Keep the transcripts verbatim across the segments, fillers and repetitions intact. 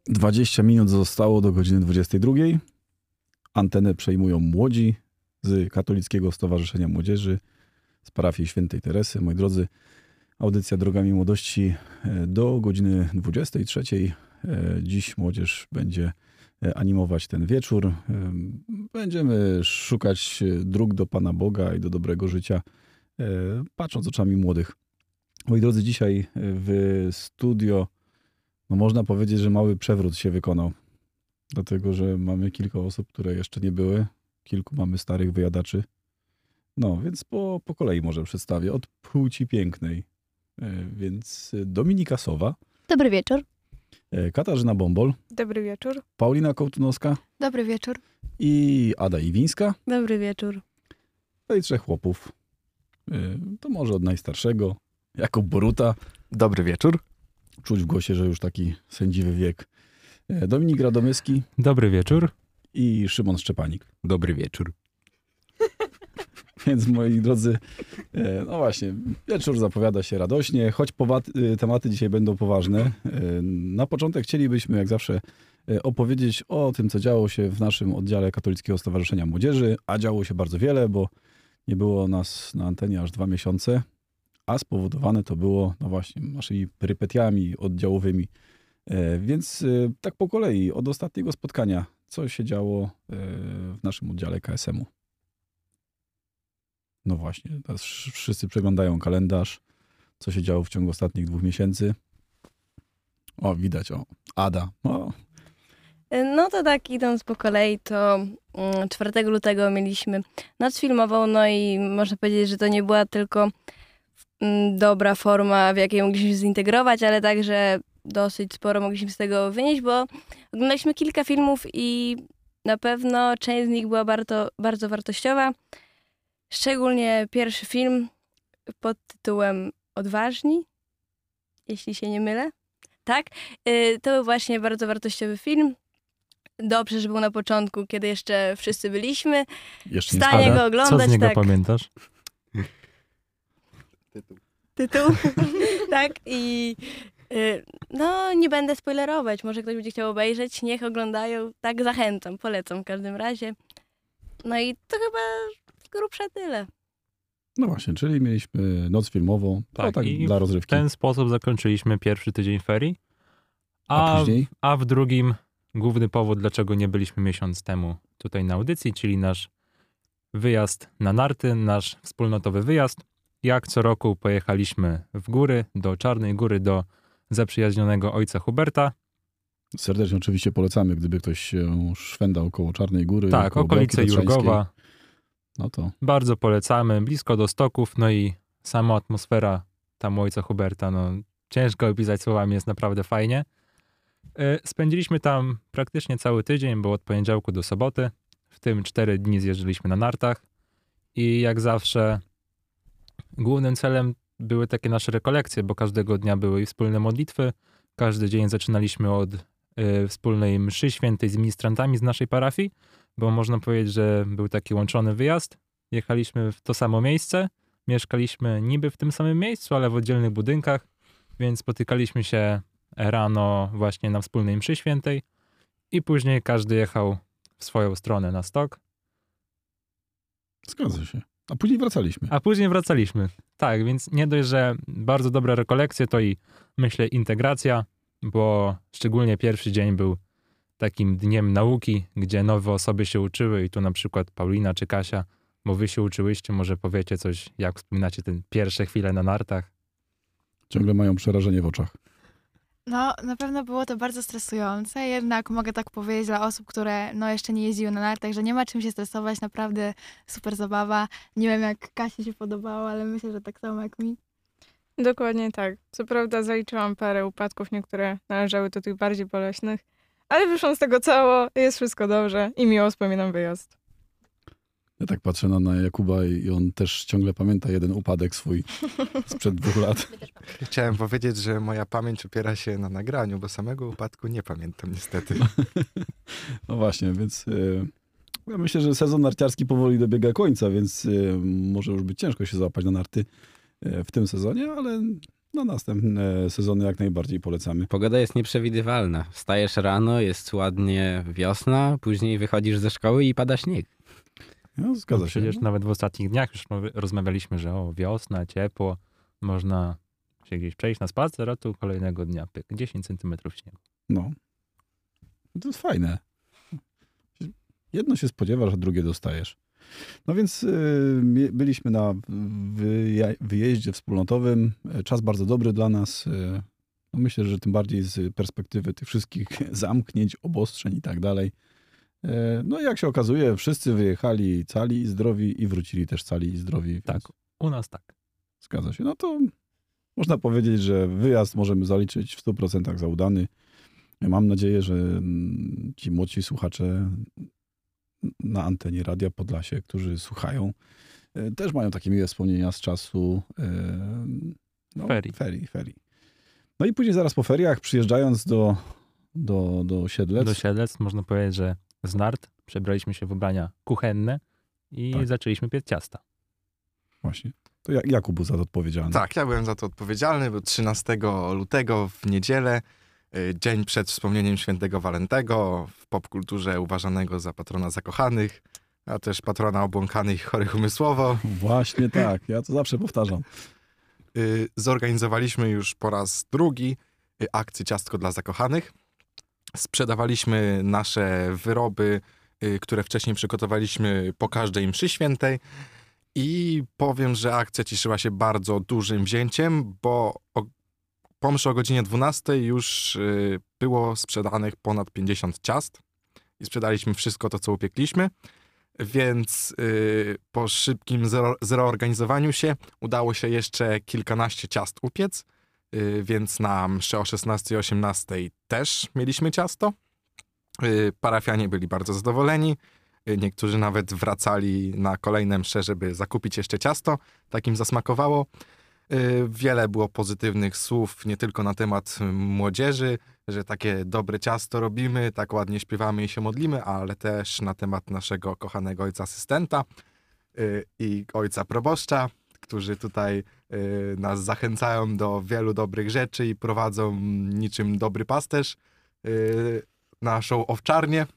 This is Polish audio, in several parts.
dwadzieścia minut zostało do godziny dwudziestej drugiej. Antenę przejmują młodzi z Katolickiego Stowarzyszenia Młodzieży z parafii Świętej Teresy. Moi drodzy, audycja Drogami Młodości do godziny dwudziestej trzeciej. Dziś młodzież będzie animować ten wieczór. Będziemy szukać dróg do Pana Boga i do dobrego życia, patrząc oczami młodych. Moi drodzy, dzisiaj w studio, no można powiedzieć, że mały przewrót się wykonał. Dlatego, że mamy kilka osób, które jeszcze nie były. Kilku mamy starych wyjadaczy. No, więc po, po kolei może przedstawię. Od płci pięknej. Więc Dominika Sowa. Dobry wieczór. Katarzyna Bombol. Dobry wieczór. Paulina Kołtunowska. Dobry wieczór. I Ada Iwińska. Dobry wieczór. No i trzech chłopów. To może od najstarszego. Jakub Boruta. Dobry wieczór. Czuć w głosie, że już taki sędziwy wiek. Dominik Radomyski. Dobry wieczór. I Szymon Szczepanik. Dobry wieczór. Więc moi drodzy, no właśnie, wieczór zapowiada się radośnie, choć powa- tematy dzisiaj będą poważne. Na początek chcielibyśmy, jak zawsze, opowiedzieć o tym, co działo się w naszym oddziale Katolickiego Stowarzyszenia Młodzieży, a działo się bardzo wiele, bo nie było nas na antenie aż dwa miesiące, a spowodowane to było, no właśnie, naszymi perypetiami oddziałowymi. Więc tak po kolei, od ostatniego spotkania, co się działo w naszym oddziale K S M-u. No właśnie, teraz wszyscy przeglądają kalendarz, co się działo w ciągu ostatnich dwóch miesięcy. O, widać, o, Ada. O. No to tak, idąc po kolei, to czwartego lutego mieliśmy noc filmową, no i można powiedzieć, że to nie była tylko dobra forma, w jakiej mogliśmy się zintegrować, ale także dosyć sporo mogliśmy z tego wynieść, bo oglądaliśmy kilka filmów i na pewno część z nich była bardzo, bardzo wartościowa. Szczególnie pierwszy film pod tytułem Odważni, jeśli się nie mylę. Tak, to był właśnie bardzo wartościowy film. Dobrze, że był na początku, kiedy jeszcze wszyscy byliśmy Jeszcze w stanie go oglądać. Co z niego tak. pamiętasz? Tytuł. Tytuł. Tak, i no nie będę spoilerować. Może ktoś będzie chciał obejrzeć, niech oglądają. Tak, zachęcam, polecam w każdym razie. No i to chyba z grubsza tyle. No właśnie, czyli mieliśmy noc filmową, tak, tak i dla rozrywki. W ten sposób zakończyliśmy pierwszy tydzień ferii. A, A, później? a w drugim główny powód, dlaczego nie byliśmy miesiąc temu tutaj na audycji, czyli nasz wyjazd na narty, nasz wspólnotowy wyjazd. Jak co roku pojechaliśmy w góry, do Czarnej Góry, do zaprzyjaźnionego ojca Huberta. Serdecznie oczywiście polecamy, gdyby ktoś się szwendał koło Czarnej Góry. Tak, koło okolice Białki Tatrzańskiej. Jurgowa. No to Bardzo polecamy, blisko do stoków, no i sama atmosfera tam u ojca Huberta, no ciężko opisać słowami, jest naprawdę fajnie. Spędziliśmy tam praktycznie cały tydzień, bo od poniedziałku do soboty, w tym cztery dni zjeżdżaliśmy na nartach i jak zawsze głównym celem były takie nasze rekolekcje, bo każdego dnia były i wspólne modlitwy, każdy dzień zaczynaliśmy od y, wspólnej mszy świętej z ministrantami z naszej parafii, bo można powiedzieć, że był taki łączony wyjazd. Jechaliśmy w to samo miejsce, mieszkaliśmy niby w tym samym miejscu, ale w oddzielnych budynkach, więc spotykaliśmy się rano właśnie na wspólnej mszy świętej i później każdy jechał w swoją stronę na stok. zgadza się. A później wracaliśmy. A później wracaliśmy. Tak, więc nie dość, że bardzo dobre rekolekcje, to i myślę integracja, bo szczególnie pierwszy dzień był takim dniem nauki, gdzie nowe osoby się uczyły i tu na przykład Paulina czy Kasia, bo wy się uczyłyście, może powiecie coś, jak wspominacie te pierwsze chwile na nartach? Ciągle mają przerażenie w oczach. No, na pewno było to bardzo stresujące, jednak mogę tak powiedzieć dla osób, które no, jeszcze nie jeździły na nartach, że nie ma czym się stresować, naprawdę super zabawa. Nie wiem, jak Kasi się podobało, ale myślę, że tak samo jak mi. Dokładnie tak. Co prawda zaliczyłam parę upadków, niektóre należały do tych bardziej boleśnych, ale wyszłam z tego cało, jest wszystko dobrze i miło wspominam wyjazd. Ja tak patrzę na, na Jakuba i on też ciągle pamięta jeden upadek swój sprzed dwóch lat. Chciałem powiedzieć, że moja pamięć opiera się na nagraniu, bo samego upadku nie pamiętam niestety. No właśnie, więc y, ja myślę, że sezon narciarski powoli dobiega końca, więc y, może już być ciężko się załapać na narty y, w tym sezonie, ale na następne sezony jak najbardziej polecamy. Pogoda jest nieprzewidywalna. Wstajesz rano, jest ładnie wiosna, później wychodzisz ze szkoły i pada śnieg. No, zgadza No się. przecież nawet w ostatnich dniach już rozmawialiśmy, że o, wiosna, ciepło, można się gdzieś przejść na spacer, a tu kolejnego dnia pyk, dziesięć centymetrów śniegu. No. To jest fajne. Jedno się spodziewasz, a drugie dostajesz. No więc y, byliśmy na wyja- wyjeździe wspólnotowym. Czas bardzo dobry dla nas. Y, no myślę, że tym bardziej z perspektywy tych wszystkich zamknięć, obostrzeń i tak dalej. Y, no i jak się okazuje, wszyscy wyjechali cali i zdrowi i wrócili też cali i zdrowi. Więc Tak, u nas tak. zgadza się. No to można powiedzieć, że wyjazd możemy zaliczyć w stu procentach za udany. Mam nadzieję, że mm, ci młodsi słuchacze na antenie Radia Podlasie, którzy słuchają, e, też mają takie miłe wspomnienia z czasu e, no, Ferii. ferii, ferii. No i później zaraz po feriach, przyjeżdżając do, do, do Siedlec, Do Siedlec można powiedzieć, że z nart przebraliśmy się w ubrania kuchenne i Tak. zaczęliśmy piec ciasta. właśnie, to Ja- Jakub był za to odpowiedzialny. Tak, ja byłem za to odpowiedzialny, bo trzynastego lutego w niedzielę, y, dzień przed wspomnieniem świętego Walentego, w popkulturze uważanego za patrona zakochanych, a też patrona obłąkanych i chorych umysłowo, Właśnie tak, ja to zawsze powtarzam. y, zorganizowaliśmy już po raz drugi y, akcję Ciastko dla zakochanych. Sprzedawaliśmy nasze wyroby, y, które wcześniej przygotowaliśmy po każdej mszy świętej. I powiem, że akcja cieszyła się bardzo dużym wzięciem, bo o, po mszy o godzinie dwunastej już y, było sprzedanych ponad pięćdziesiąt ciast i sprzedaliśmy wszystko to, co upiekliśmy. Więc y, po szybkim zero, zreorganizowaniu się udało się jeszcze kilkanaście ciast upiec, y, więc na mszy o szesnastej i osiemnastej też mieliśmy ciasto. Y, parafianie byli bardzo zadowoleni. Niektórzy nawet wracali na kolejne msze, żeby zakupić jeszcze ciasto. Tak im zasmakowało. Yy, Wiele było pozytywnych słów, nie tylko na temat młodzieży, że takie dobre ciasto robimy, tak ładnie śpiewamy i się modlimy, ale też na temat naszego kochanego ojca asystenta yy, i ojca proboszcza, którzy tutaj yy, nas zachęcają do wielu dobrych rzeczy i prowadzą niczym dobry pasterz yy, naszą owczarnię.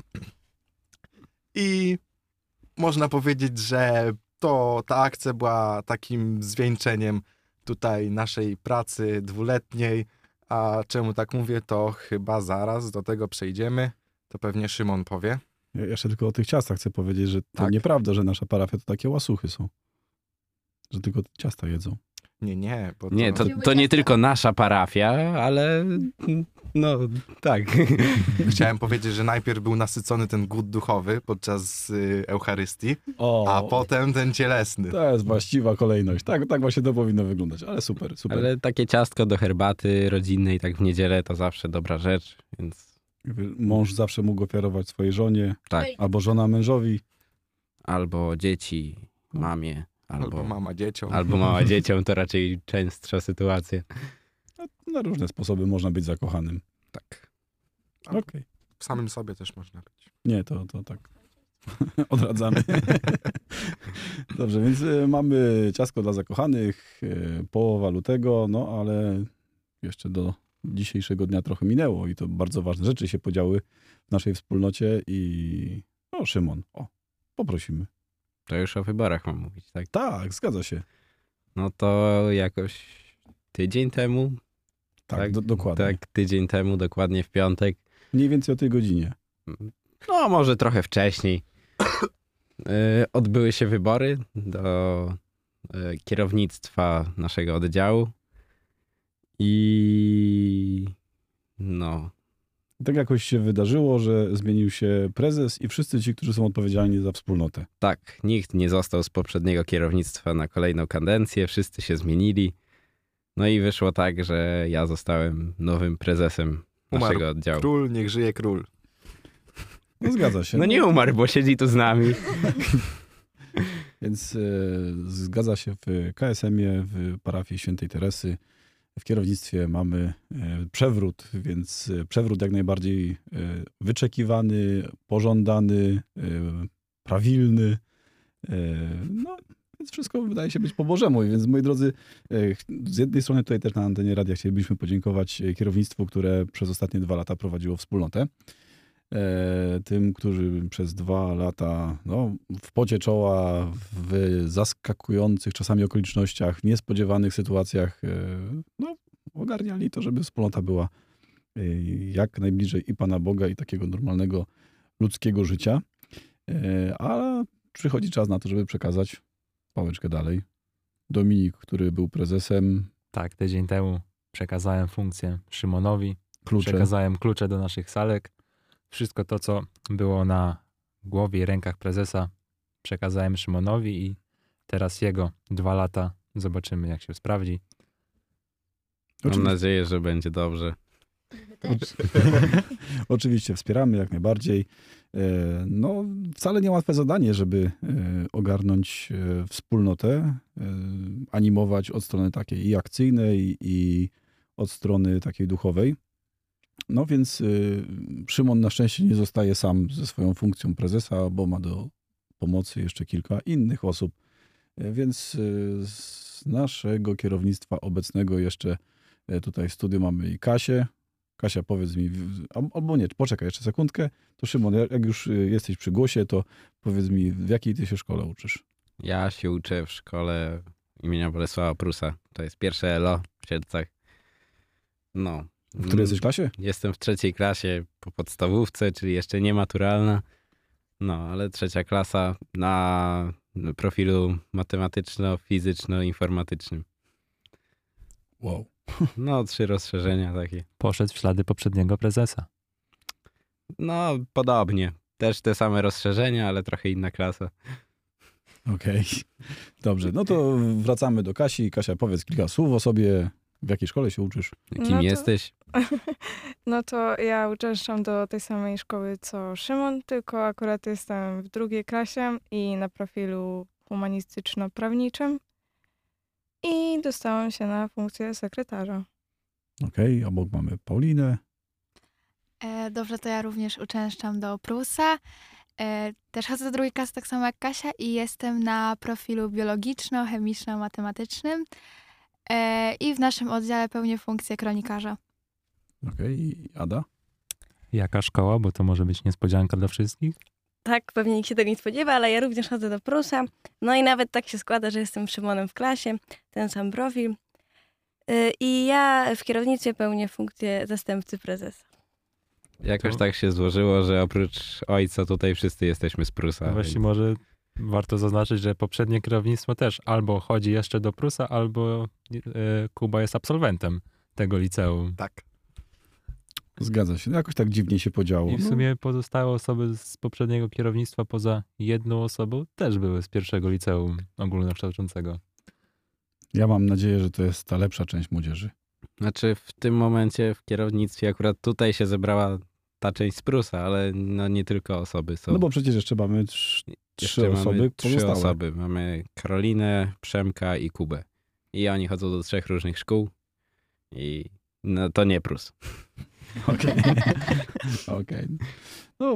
I można powiedzieć, że to ta akcja była takim zwieńczeniem tutaj naszej pracy dwuletniej. A czemu tak mówię, to chyba zaraz do tego przejdziemy. To pewnie Szymon powie. Ja jeszcze tylko o tych ciastach chcę powiedzieć, że to Tak. nieprawda, że nasza parafia to takie łasuchy są. Że tylko ciasta jedzą. Nie, nie. Bo Nie, to, to nie tylko nasza parafia, ale no tak. Chciałem powiedzieć, że najpierw był nasycony ten głód duchowy podczas y, Eucharystii, O, a potem ten cielesny. To jest właściwa kolejność. Tak, tak właśnie to powinno wyglądać. Ale super, super. Ale takie ciastko do herbaty rodzinnej, tak w niedzielę, to zawsze dobra rzecz, więc Mąż zawsze mógł ofiarować swojej żonie, tak. albo żona mężowi. Albo dzieci, mamie, albo, Albo mama dzieciom. albo mała dzieciom, to raczej częstsza sytuacja. No, na różne sposoby można być zakochanym. Tak. Okej. W samym sobie też można być. Nie, to, to tak. Odradzamy. Dobrze, więc y, mamy ciastko dla zakochanych, y, połowa lutego, no ale jeszcze do dzisiejszego dnia trochę minęło i to bardzo ważne rzeczy się podziały w naszej wspólnocie i no Szymon, o, poprosimy. To już o wyborach mam mówić, tak? Tak, zgadza się. No to jakoś tydzień temu, Tak, Tak, do, dokładnie. tak, tydzień temu, dokładnie w piątek. Mniej więcej o tej godzinie. No, może trochę wcześniej. Y, Odbyły się wybory do y, kierownictwa naszego oddziału. I no, Tak jakoś się wydarzyło, że zmienił się prezes i wszyscy ci, którzy są odpowiedzialni za wspólnotę. tak, nikt nie został z poprzedniego kierownictwa na kolejną kadencję, wszyscy się zmienili. No i wyszło tak, że ja zostałem nowym prezesem Umarł naszego oddziału. Król, niech żyje król. No zgadza się. No nie umarł, bo siedzi tu z nami. Więc e, zgadza się w K S M-ie, w parafii Świętej Teresy. W kierownictwie mamy e, przewrót, więc e, przewrót jak najbardziej e, wyczekiwany, pożądany, e, prawilny. E, no Więc wszystko wydaje się być po Bożemu. Więc moi drodzy, z jednej strony tutaj też na antenie radia chcielibyśmy podziękować kierownictwu, które przez ostatnie dwa lata prowadziło wspólnotę. Tym, którzy przez dwa lata no, w pocie czoła, w zaskakujących czasami okolicznościach, w niespodziewanych sytuacjach no, ogarniali to, żeby wspólnota była jak najbliżej i Pana Boga, i takiego normalnego ludzkiego życia. A przychodzi czas na to, żeby przekazać pałeczkę dalej. Dominik, który był prezesem. Tak, tydzień temu przekazałem funkcję Szymonowi. Klucze. Przekazałem klucze do naszych salek. Wszystko to, co było na głowie i rękach prezesa, przekazałem Szymonowi i teraz jego dwa lata. Zobaczymy, jak się sprawdzi. Mam Oczywiście. nadzieję, że będzie dobrze. Też. Oczywiście wspieramy jak najbardziej. No, wcale niełatwe zadanie, żeby ogarnąć wspólnotę, animować od strony takiej i akcyjnej, i od strony takiej duchowej. No więc Szymon na szczęście nie zostaje sam ze swoją funkcją prezesa, bo ma do pomocy jeszcze kilka innych osób. Więc z naszego kierownictwa obecnego jeszcze tutaj w studiu mamy i Kasię. Kasia, powiedz mi, albo nie, poczekaj jeszcze sekundkę. To Szymon, jak już jesteś przy głosie, to powiedz mi, w jakiej ty się szkole uczysz? Ja się uczę w szkole imienia Bolesława Prusa. To jest pierwsze L O w Sierdzach. No. W której jesteś klasie? Jestem w trzeciej klasie po podstawówce, czyli jeszcze nie maturalna. No, ale trzecia klasa na profilu matematyczno-fizyczno-informatycznym. Wow. No, trzy rozszerzenia takie. Poszedł w ślady poprzedniego prezesa. No, podobnie. Też te same rozszerzenia, ale trochę inna klasa. Okej. Dobrze, no to wracamy do Kasi. Kasia, powiedz kilka słów o sobie. W jakiej szkole się uczysz? Kim No to- jesteś? No to ja uczęszczam do tej samej szkoły co Szymon, tylko akurat jestem w drugiej klasie i na profilu humanistyczno-prawniczym i dostałam się na funkcję sekretarza. Okej, obok mamy Paulinę. E, dobrze, to ja również uczęszczam do Prusa. E, też chodzę do drugiej klasy tak samo jak Kasia i jestem na profilu biologiczno-chemiczno-matematycznym. E, I w naszym oddziale pełnię funkcję kronikarza. Okej, i Ada? Jaka szkoła, bo to może być niespodzianka dla wszystkich? Tak, pewnie nikt się tego nie spodziewa, ale ja również chodzę do Prusa. No i nawet tak się składa, że jestem Szymonem w klasie, ten sam profil. Yy, I ja w kierownictwie pełnię funkcję zastępcy prezesa. Jakoś To- tak się złożyło, że oprócz ojca tutaj wszyscy jesteśmy z Prusa. No właśnie więc- może warto zaznaczyć, że poprzednie kierownictwo też albo chodzi jeszcze do Prusa, albo e, Kuba jest absolwentem tego liceum. Tak. Zgadza się. No jakoś tak dziwnie się podziało. I w No, sumie pozostałe osoby z poprzedniego kierownictwa poza jedną osobą też były z pierwszego liceum ogólnokształcącego. ja mam nadzieję, że to jest ta lepsza część młodzieży. Znaczy w tym momencie w kierownictwie akurat tutaj się zebrała ta część z Prusa, ale no nie tylko osoby są. No bo przecież jeszcze mamy trz, trzy Jeszcze osoby mamy trzy pozostałe. osoby. Mamy Karolinę, Przemka i Kubę. I oni chodzą do trzech różnych szkół i no to nie Prus. Okej. Okej. No,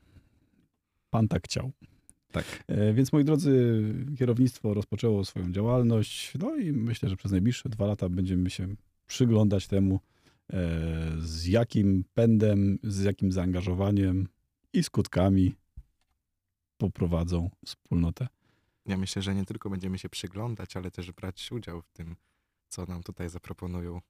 pan tak chciał. Tak. E, Więc moi drodzy, kierownictwo rozpoczęło swoją działalność. No i myślę, że przez najbliższe dwa lata będziemy się przyglądać temu, e, z jakim pędem, z jakim zaangażowaniem i skutkami poprowadzą wspólnotę. Ja myślę, że nie tylko będziemy się przyglądać, ale też brać udział w tym, co nam tutaj zaproponują.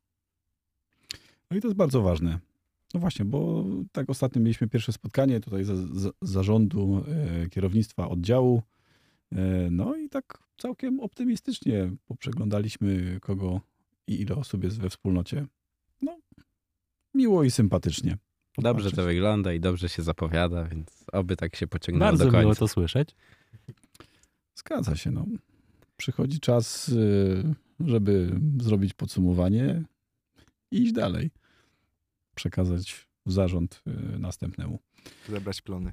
No i to jest bardzo ważne. No właśnie, bo tak ostatnio mieliśmy pierwsze spotkanie tutaj za, za, zarządu e, kierownictwa oddziału. E, no i tak całkiem optymistycznie poprzeglądaliśmy, kogo i ile osób jest we wspólnocie. No, miło i sympatycznie. Dobrze popatrzeć. to wygląda i dobrze się zapowiada, więc oby tak się pociągnęło Bardzo do końca. miło to słyszeć. Zgadza się, no. Przychodzi czas, y, żeby zrobić podsumowanie i iść dalej. Przekazać w zarząd y, następnemu. Zebrać plony.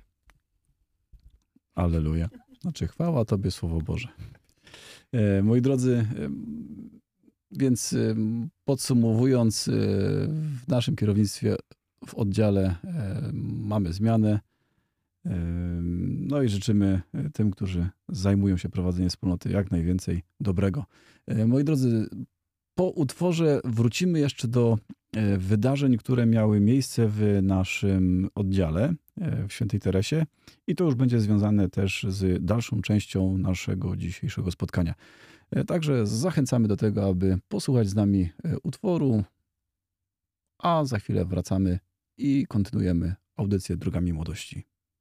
Alleluja. Znaczy chwała Tobie, Słowo Boże. E, moi drodzy, e, więc e, podsumowując, e, w naszym kierownictwie w oddziale e, mamy zmianę. No i życzymy tym, którzy zajmują się prowadzeniem wspólnoty, jak najwięcej dobrego. Moi drodzy, po utworze wrócimy jeszcze do wydarzeń, które miały miejsce w naszym oddziale w Świętej Teresie i to już będzie związane też z dalszą częścią naszego dzisiejszego spotkania. Także zachęcamy do tego, aby posłuchać z nami utworu, a za chwilę wracamy i kontynuujemy audycję Drogami Młodości.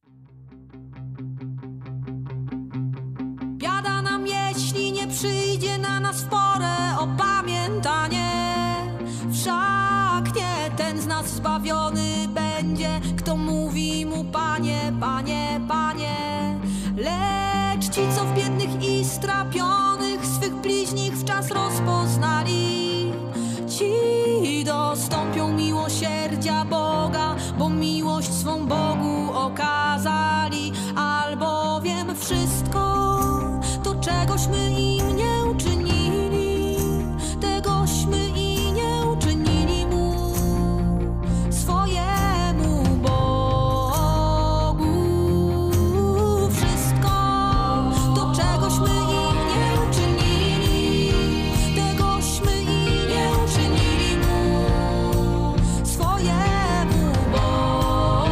Biada nam, jeśli nie przyjdzie na nas w porę opamiętanie. Wszak nie ten z nas zbawiony będzie, kto mówi mu Panie, Panie, Panie. Lecz ci, co w biednych i strapionych swych bliźnich wczas rozpoznali, ci dostąpią miłosierdzia Boga, bo miłość swą Bogu okazali. Albowiem wszystko to, czegośmy im nie uczynili, tegośmy i nie uczynili mu, swojemu Bogu. Wszystko to, czegośmy im nie uczynili, tegośmy i nie uczynili mu, swojemu Bogu.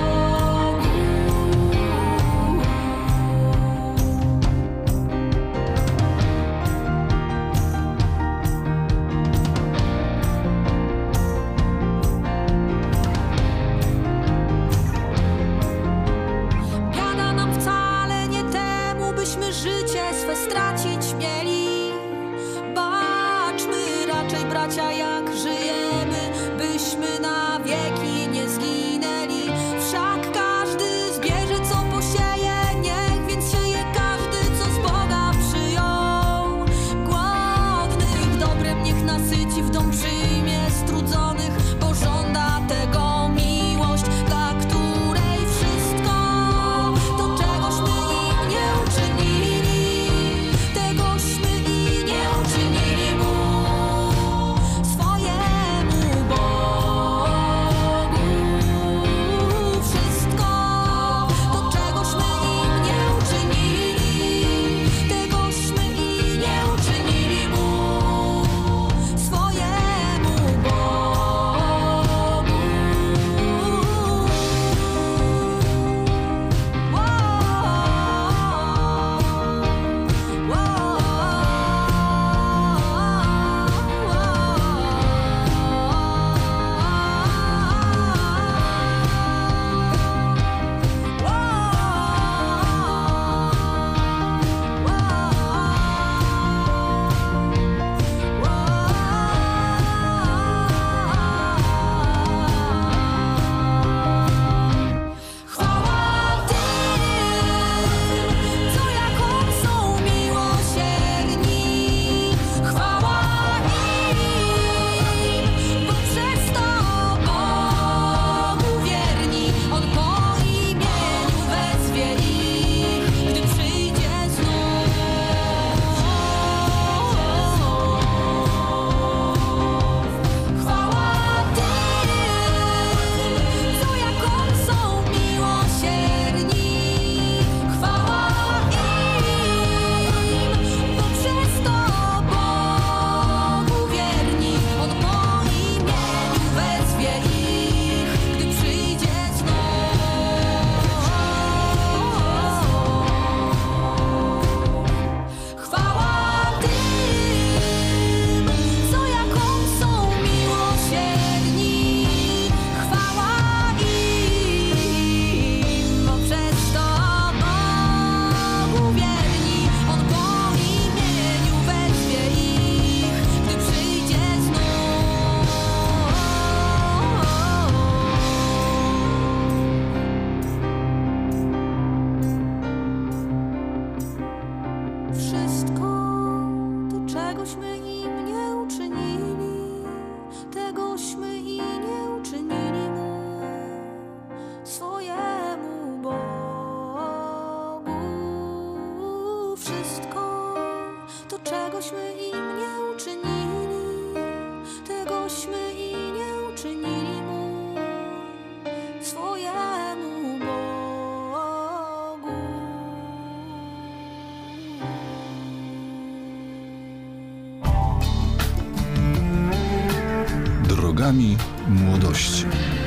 drogami młodości.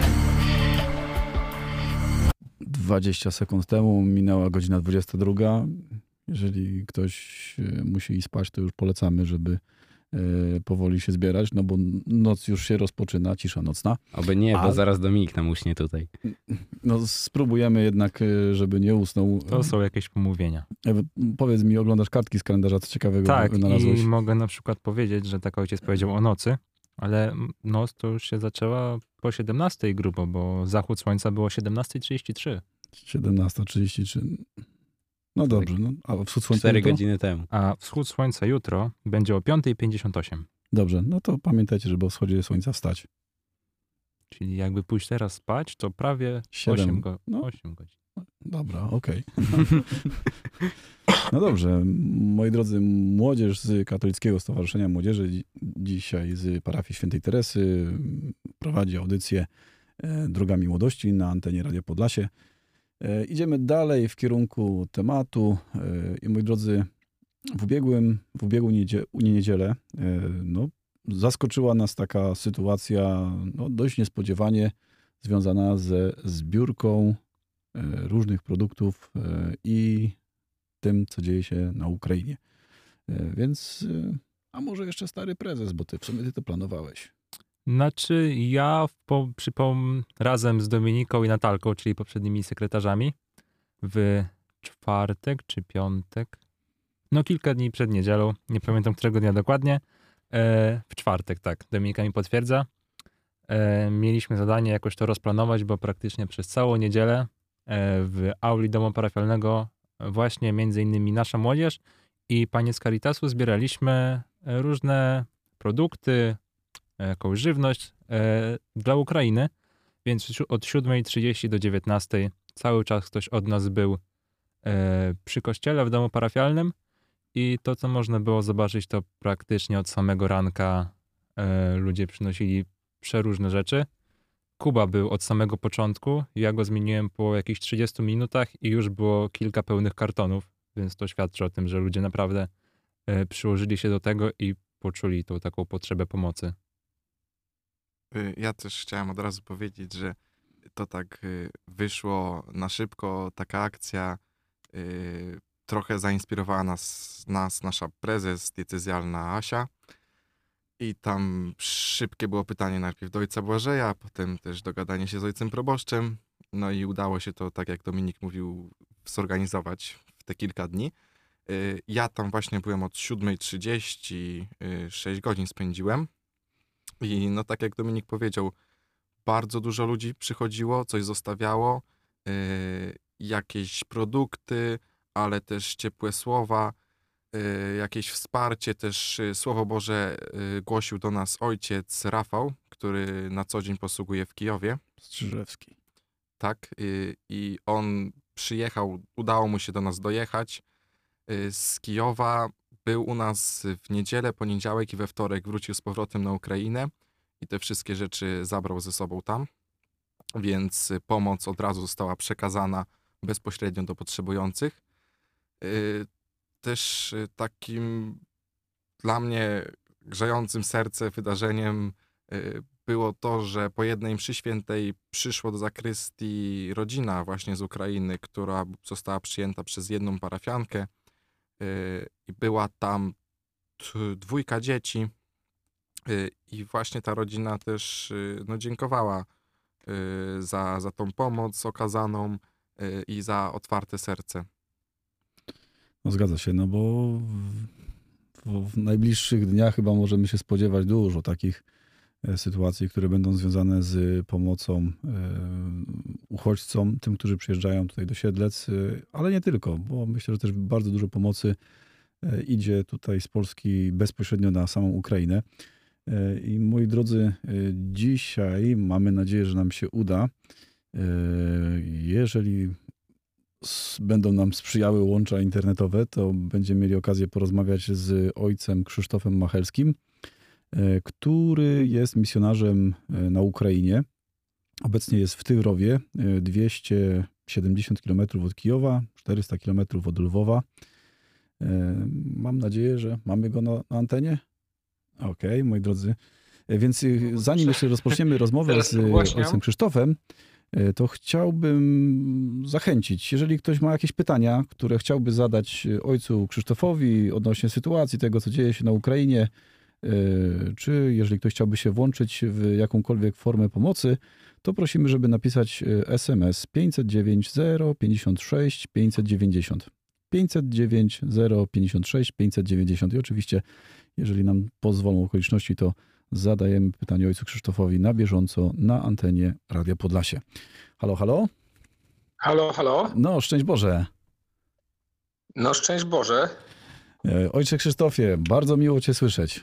dwadzieścia sekund temu minęła godzina dwudziesta druga. Jeżeli ktoś e, musi iść spać, to już polecamy, żeby e, powoli się zbierać, no bo noc już się rozpoczyna, cisza nocna. Oby nie, bo A- zaraz Dominik nam uśnie tutaj. No spróbujemy jednak, e, żeby nie usnął. To są jakieś pomówienia. E, Powiedz mi, oglądasz kartki z kalendarza, co ciekawego Tak, wynalazłeś? i mogę na przykład powiedzieć, że tak ojciec powiedział o nocy, ale noc to już się zaczęła po siedemnastej grubo, bo zachód słońca było siedemnasta trzydzieści trzy. siedemnasta trzydzieści trzy. No dobrze, no, a wschód słońca Cztery jutro? godziny temu. A wschód słońca jutro będzie o piąta pięćdziesiąt osiem. Dobrze, no to pamiętajcie, żeby o wschodzie słońca wstać. Czyli jakby pójść teraz spać, to prawie Siedem. osiem, go- No. osiem godzin. Dobra, okej. No dobrze, moi drodzy, młodzież z Katolickiego Stowarzyszenia Młodzieży dzi- dzisiaj z parafii Świętej Teresy prowadzi audycję e, Drogami Młodości na antenie Radio Podlasie. E, Idziemy dalej w kierunku tematu e, i moi drodzy, w ubiegłym, w ubiegłą niedzie, nie niedzielę e, no, zaskoczyła nas taka sytuacja no, dość niespodziewanie związana ze zbiórką e, różnych produktów e, i tym, co dzieje się na Ukrainie. E, Więc, e, a może jeszcze stary prezes, bo ty w sumie ty to planowałeś. Znaczy ja w po, przypom razem z Dominiką i Natalką, czyli poprzednimi sekretarzami, w czwartek czy piątek, no kilka dni przed niedzielą, nie pamiętam którego dnia dokładnie, e, w czwartek, tak, Dominika mi potwierdza, e, mieliśmy zadanie jakoś to rozplanować, bo praktycznie przez całą niedzielę e, w auli domu parafialnego właśnie między innymi nasza młodzież i panie z Caritasu zbieraliśmy różne produkty, jakąś żywność e, dla Ukrainy, więc si- od siódmej trzydzieści do dziewiętnastej cały czas ktoś od nas był e, przy kościele w domu parafialnym i to, co można było zobaczyć, to praktycznie od samego ranka e, ludzie przynosili przeróżne rzeczy. Kuba był od samego początku, ja go zmieniłem po jakichś trzydziestu minutach i już było kilka pełnych kartonów, więc to świadczy o tym, że ludzie naprawdę e, przyłożyli się do tego i poczuli tą taką potrzebę pomocy. Y, Ja też chciałem od razu powiedzieć, że to tak y, wyszło na szybko, taka akcja. y, Trochę zainspirowała nas, nas nasza prezes diecezjalna Asia. I tam szybkie było pytanie najpierw do ojca Błażeja, a potem też dogadanie się z ojcem proboszczem. No i udało się to, tak jak Dominik mówił, zorganizować w te kilka dni. Y, Ja tam właśnie byłem od siódmej trzydzieści, y, sześć godzin spędziłem. I no tak jak Dominik powiedział, bardzo dużo ludzi przychodziło, coś zostawiało, yy, jakieś produkty, ale też ciepłe słowa, yy, jakieś wsparcie, też yy, Słowo Boże yy, głosił do nas ojciec Rafał, który na co dzień posługuje w Kijowie, Strzyżewski. tak, yy, i on przyjechał, udało mu się do nas dojechać yy, z Kijowa, był u nas w niedzielę, poniedziałek i we wtorek wrócił z powrotem na Ukrainę i te wszystkie rzeczy zabrał ze sobą tam, więc y, pomoc od razu została przekazana bezpośrednio do potrzebujących. Y, Też y, takim dla mnie grzejącym serce wydarzeniem y, było to, że po jednej mszy świętej przyszło do zakrystii rodzina właśnie z Ukrainy, która została przyjęta przez jedną parafiankę. Y, I była tam t- dwójka dzieci y, i właśnie ta rodzina też y, no, dziękowała y, za, za tą pomoc okazaną y, i za otwarte serce. No zgadza się, no bo w, w najbliższych dniach chyba możemy się spodziewać dużo takich e, sytuacji, które będą związane z pomocą e, uchodźcom, tym, którzy przyjeżdżają tutaj do Siedlec, e, ale nie tylko, bo myślę, że też bardzo dużo pomocy e, idzie tutaj z Polski bezpośrednio na samą Ukrainę. E, I moi drodzy, e, dzisiaj mamy nadzieję, że nam się uda. E, Jeżeli s- będą nam sprzyjały łącza internetowe, to będziemy mieli okazję porozmawiać z ojcem Krzysztofem Machelskim, e, który jest misjonarzem e, na Ukrainie. Obecnie jest w Tyrowie, e, dwieście siedemdziesiąt kilometrów od Kijowa, czterysta kilometrów od Lwowa. E, Mam nadzieję, że mamy go na, na antenie. Okej, moi drodzy. Więc y, zanim jeszcze rozpoczniemy rozmowę Teraz z y, właśnie. ojcem Krzysztofem, y, to chciałbym zachęcić, jeżeli ktoś ma jakieś pytania, które chciałby zadać y, ojcu Krzysztofowi odnośnie sytuacji, tego co dzieje się na Ukrainie, y, czy jeżeli ktoś chciałby się włączyć w jakąkolwiek formę pomocy, to prosimy, żeby napisać y, S M S pięćset dziewięć zero pięćdziesiąt sześć pięćset dziewięćdziesiąt. pięćset dziewięć zero pięćdziesiąt sześć pięćset dziewięćdziesiąt. I oczywiście, jeżeli nam pozwolą okoliczności, to zadajemy pytanie ojcu Krzysztofowi na bieżąco na antenie Radia Podlasie. Halo, halo? Halo, halo? No, szczęść Boże. No szczęść Boże. E, Ojcze Krzysztofie, bardzo miło Cię słyszeć.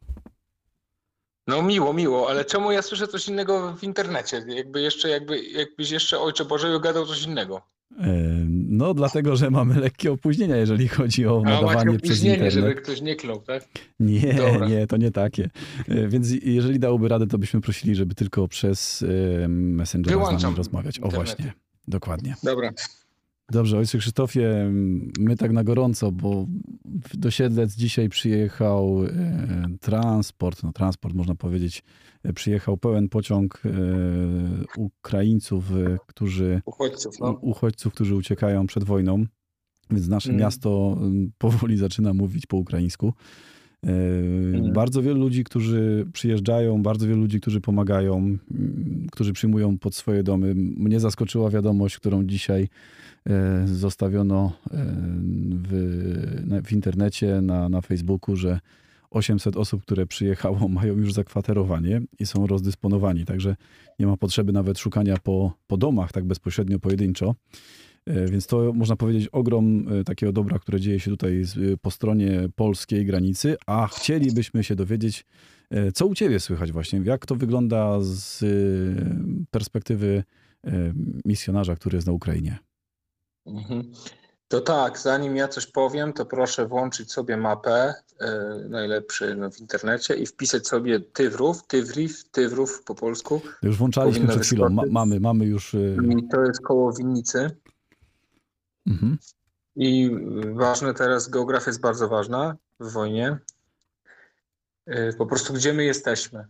No miło, miło, ale czemu ja słyszę coś innego w internecie? Jakby jeszcze, jakby, jakbyś jeszcze Ojcze Boże gadał coś innego. E, No, dlatego, że mamy lekkie opóźnienia, jeżeli chodzi o A macie nadawanie przez opóźnienie, żeby internet. ktoś nie klął, tak? Nie, Dobra. nie, to nie takie. E, Więc jeżeli dałoby radę, to byśmy prosili, żeby tylko przez e, Messengera z Wyłączam nami rozmawiać. O internet. właśnie, dokładnie. Dobra. Dobrze, ojcze Krzysztofie, my tak na gorąco, bo do Siedlec dzisiaj przyjechał e, transport, no transport można powiedzieć, e, przyjechał pełen pociąg e, Ukraińców, e, którzy, Uchodźców, no. u- uchodźców, którzy uciekają przed wojną, więc nasze Mm. miasto m, powoli zaczyna mówić po ukraińsku. E, Bardzo wielu ludzi, którzy przyjeżdżają, bardzo wielu ludzi, którzy pomagają, m, którzy przyjmują pod swoje domy. Mnie zaskoczyła wiadomość, którą dzisiaj e, zostawiono e, w, na, w internecie, na, na Facebooku, że osiemset osób, które przyjechało, mają już zakwaterowanie i są rozdysponowani. Także nie ma potrzeby nawet szukania po, po domach tak bezpośrednio, pojedynczo. E, Więc to można powiedzieć ogrom e, takiego dobra, które dzieje się tutaj z, po stronie polskiej granicy, a chcielibyśmy się dowiedzieć, e, co u Ciebie słychać właśnie, jak to wygląda z e, perspektywy e, misjonarza, który jest na Ukrainie. Mhm. To tak, zanim ja coś powiem, to proszę włączyć sobie mapę, e, najlepszy no, w internecie i wpisać sobie Tywrów, Tywrif, Tywrów po polsku. Już włączaliśmy Powinno przed chwilą, Ma, wyskoczyć. mamy, mamy już... e, I to jest koło Winnicy. Mhm. I ważne teraz, geografia jest bardzo ważna w wojnie. E, Po prostu gdzie my jesteśmy?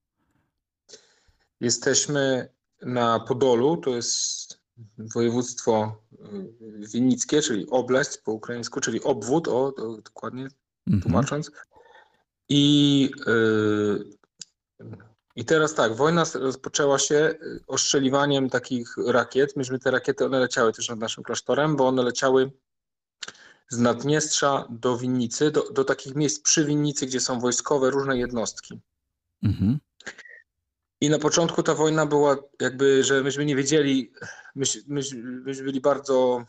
Jesteśmy na Podolu, to jest województwo y, winnickie, czyli oblaść po ukraińsku, czyli obwód, o, to dokładnie Mhm. tłumacząc. I, y, I teraz tak, wojna rozpoczęła się y, ostrzeliwaniem takich rakiet. Myśmy te rakiety, one leciały też nad naszym klasztorem, bo one leciały z Naddniestrza do Winnicy, do, do takich miejsc przy Winnicy, gdzie są wojskowe różne jednostki. Mhm. I na początku ta wojna była jakby, że myśmy nie wiedzieli, myśmy, myśmy, myśmy byli bardzo,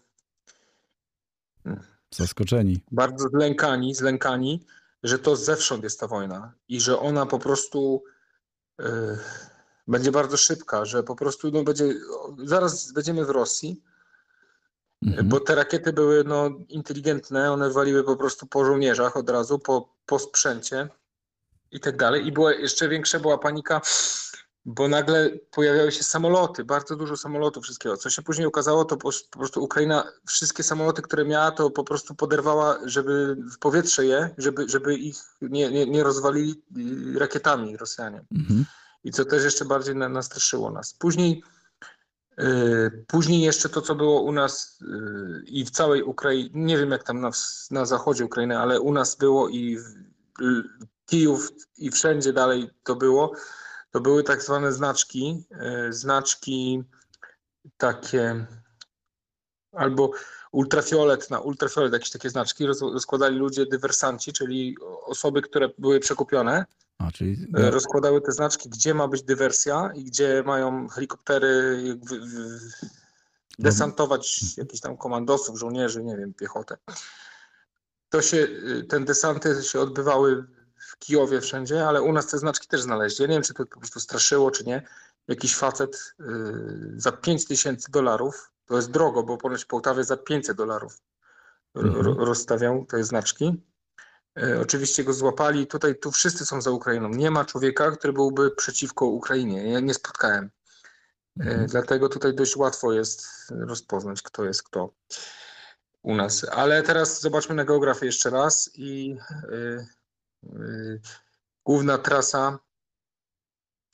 Zaskoczeni. bardzo zlękani, zlękani, że to zewsząd jest ta wojna i że ona po prostu y, będzie bardzo szybka, że po prostu no, będzie, zaraz będziemy w Rosji, Mhm. bo te rakiety były no, inteligentne, one waliły po prostu po żołnierzach od razu, po, po sprzęcie i tak dalej. I była, jeszcze większa była panika, bo nagle pojawiały się samoloty, bardzo dużo samolotów, wszystkiego. Co się później okazało, to po, po prostu Ukraina wszystkie samoloty, które miała, to po prostu poderwała, żeby w powietrze je, żeby, żeby ich nie, nie, nie rozwalili y, rakietami Rosjanie. Mhm. I co też jeszcze bardziej na, nastraszyło nas. Później, yy, później jeszcze to, co było u nas yy, i w całej Ukrainie, nie wiem jak tam na, na zachodzie Ukrainy, ale u nas było i w, y, Kijów i wszędzie dalej to było, to były tak zwane znaczki, yy, znaczki takie albo ultrafiolet, na ultrafiolet jakieś takie znaczki roz, rozkładali ludzie, dywersanci, czyli osoby, które były przekupione. A, czyli... E, rozkładały te znaczki, gdzie ma być dywersja i gdzie mają helikoptery w, w, desantować jakichś tam komandosów, żołnierzy, nie wiem, piechotę. To się, ten desanty się odbywały w Kijowie wszędzie, ale u nas te znaczki też znaleźli. Ja nie wiem, czy to po prostu straszyło, czy nie. Jakiś facet y, za pięć tysięcy dolarów, to jest drogo, bo ponoć w Połtawie za pięćset dolarów ro, ro, rozstawiał te znaczki. E, oczywiście go złapali. Tutaj tu wszyscy są za Ukrainą. Nie ma człowieka, który byłby przeciwko Ukrainie. Ja nie spotkałem. E, Mhm. dlatego tutaj dość łatwo jest rozpoznać, kto jest kto u nas. Ale teraz zobaczmy na geografię jeszcze raz. I e, e, główna trasa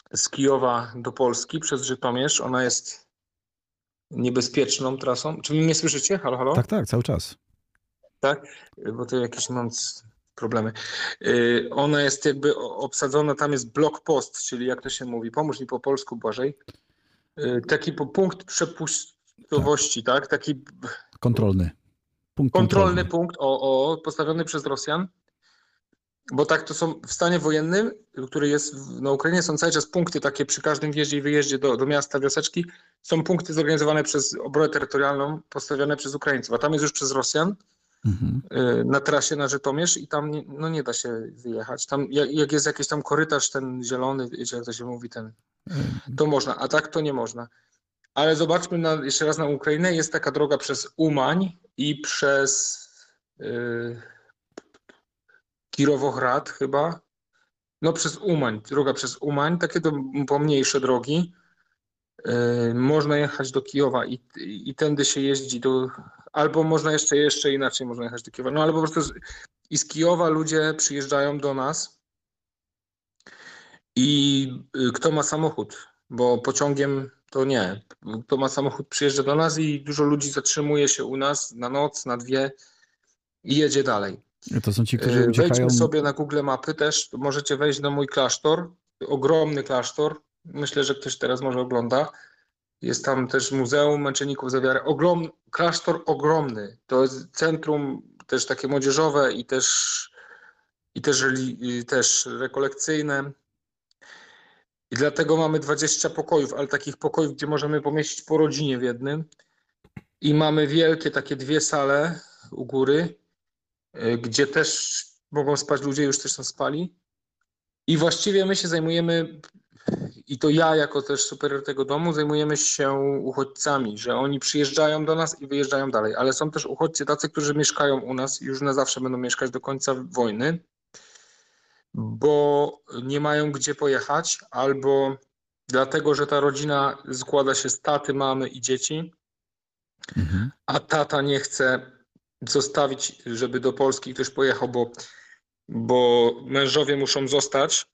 z Kijowa do Polski przez Żytomierz. Ona jest niebezpieczną trasą. Czy mnie słyszycie? Halo, halo? Tak, tak, cały czas. Tak? Bo to jakieś mam c- problemy. Yy, Ona jest jakby o- obsadzona, tam jest blokpost, czyli jak to się mówi, pomóż mi po polsku, Błażej. Yy, Taki po- punkt przepustowości, tak? Taki Kontrolny. Punkt kontrolny kontrolny. punkt, o, o, postawiony przez Rosjan. Bo tak to są w stanie wojennym, który jest w- na Ukrainie, są cały czas punkty takie przy każdym wjeździe i wyjeździe do, do miasta, wioseczki. Są punkty zorganizowane przez obronę terytorialną, postawione przez Ukraińców, a tam jest już przez Rosjan Mhm. y, na trasie na Żytomierz i tam nie, no nie da się wyjechać. Tam jak, jak jest jakiś tam korytarz ten zielony, wiecie jak to się mówi, ten, to można, a tak to nie można. Ale zobaczmy na, jeszcze raz na Ukrainę. Jest taka droga przez Umań i przez y, Kirowograd chyba. No przez Umań, droga przez Umań, takie to pomniejsze drogi. Yy, można jechać do Kijowa i, i, i tędy się jeździ do... Albo można jeszcze, jeszcze inaczej można jechać do Kijowa. No albo po prostu z, i z Kijowa ludzie przyjeżdżają do nas i y, kto ma samochód, bo pociągiem to nie. Kto ma samochód przyjeżdża do nas i dużo ludzi zatrzymuje się u nas na noc, na dwie i jedzie dalej. To są ci, którzy Yy, uciekają. Wejdźmy sobie na Google Mapy też, możecie wejść na mój klasztor, ogromny klasztor, myślę, że ktoś teraz może ogląda. Jest tam też Muzeum Męczenników za Wiarę, Ogrom, klasztor ogromny, to jest centrum też takie młodzieżowe i też, i też, reli- i też rekolekcyjne. I dlatego mamy dwadzieścia pokojów, ale takich pokojów, gdzie możemy pomieścić po rodzinie w jednym. I mamy wielkie takie dwie sale u góry, y, gdzie też mogą spać ludzie, już też tam spali. I właściwie my się zajmujemy, i to ja jako też superior tego domu, zajmujemy się uchodźcami, że oni przyjeżdżają do nas i wyjeżdżają dalej. Ale są też uchodźcy tacy, którzy mieszkają u nas i już na zawsze będą mieszkać do końca wojny, bo nie mają gdzie pojechać, albo dlatego, że ta rodzina składa się z taty, mamy i dzieci, Mhm. a tata nie chce zostawić, żeby do Polski ktoś pojechał, bo, bo mężowie muszą zostać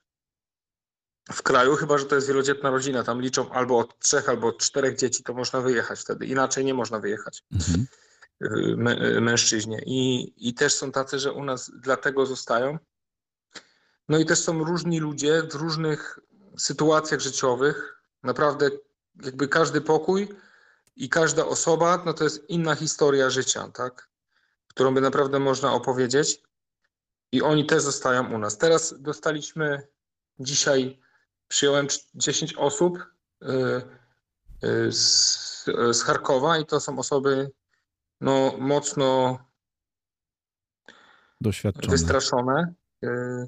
w kraju, chyba że to jest wielodzietna rodzina. Tam liczą albo od trzech, albo od czterech dzieci, to można wyjechać wtedy. Inaczej nie można wyjechać Mhm. y, mę, y, mężczyźnie. I, I też są tacy, że u nas dlatego zostają. No i też są różni ludzie w różnych sytuacjach życiowych. Naprawdę jakby każdy pokój i każda osoba, no to jest inna historia życia, tak? Którą by naprawdę można opowiedzieć. I oni też zostają u nas. Teraz dostaliśmy dzisiaj, przyjąłem dziesięć osób y, y, z, z Charkowa i to są osoby no, mocno Doświadczone. wystraszone. Y,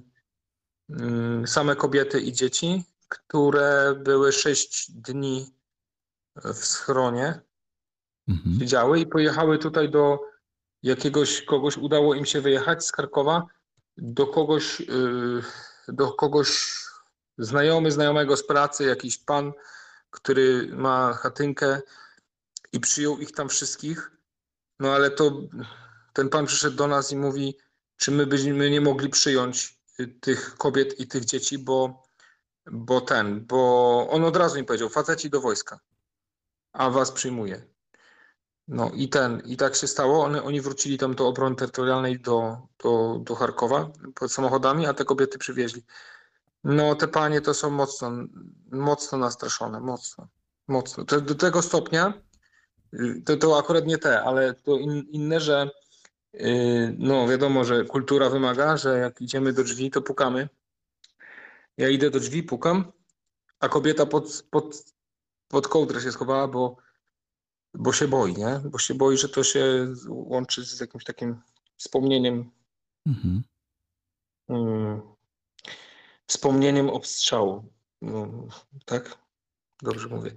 y, Same kobiety i dzieci, które były sześć dni w schronie, Mhm. siedziały i pojechały tutaj do jakiegoś, kogoś udało im się wyjechać z Charkowa, do kogoś, y, do kogoś znajomy, znajomego z pracy, jakiś pan, który ma chatynkę i przyjął ich tam wszystkich. No ale to ten pan przyszedł do nas i mówi, czy my byśmy nie mogli przyjąć y, tych kobiet i tych dzieci, bo, bo ten, bo on od razu mi powiedział, faceci do wojska, a was przyjmuje. No i ten, i tak się stało. One, oni wrócili tam do obrony terytorialnej do, do, do Charkowa pod samochodami, a te kobiety przywieźli. No te panie to są mocno, mocno nastraszone, mocno, mocno. To, do tego stopnia, y, to, to akurat nie te, ale to in, inne, że y, no wiadomo, że kultura wymaga, że jak idziemy do drzwi, to pukamy. Ja idę do drzwi, pukam, a kobieta pod, pod, pod kołdrę się schowała, bo bo się boi, nie? Bo się boi, że to się łączy z jakimś takim wspomnieniem, Mhm. mm, wspomnieniem obstrzału. No, tak? Dobrze mówię.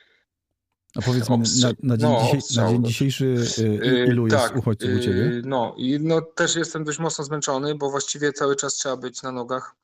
A powiedz mi, na, Obstrze- na, dzień, no, dzisiaj, na obstrzał, dzień dobrze. dzisiejszy y, Yy, ilu jest tak, uchodźców u yy, ciebie? No i no, też jestem dość mocno zmęczony, bo właściwie cały czas trzeba być na nogach,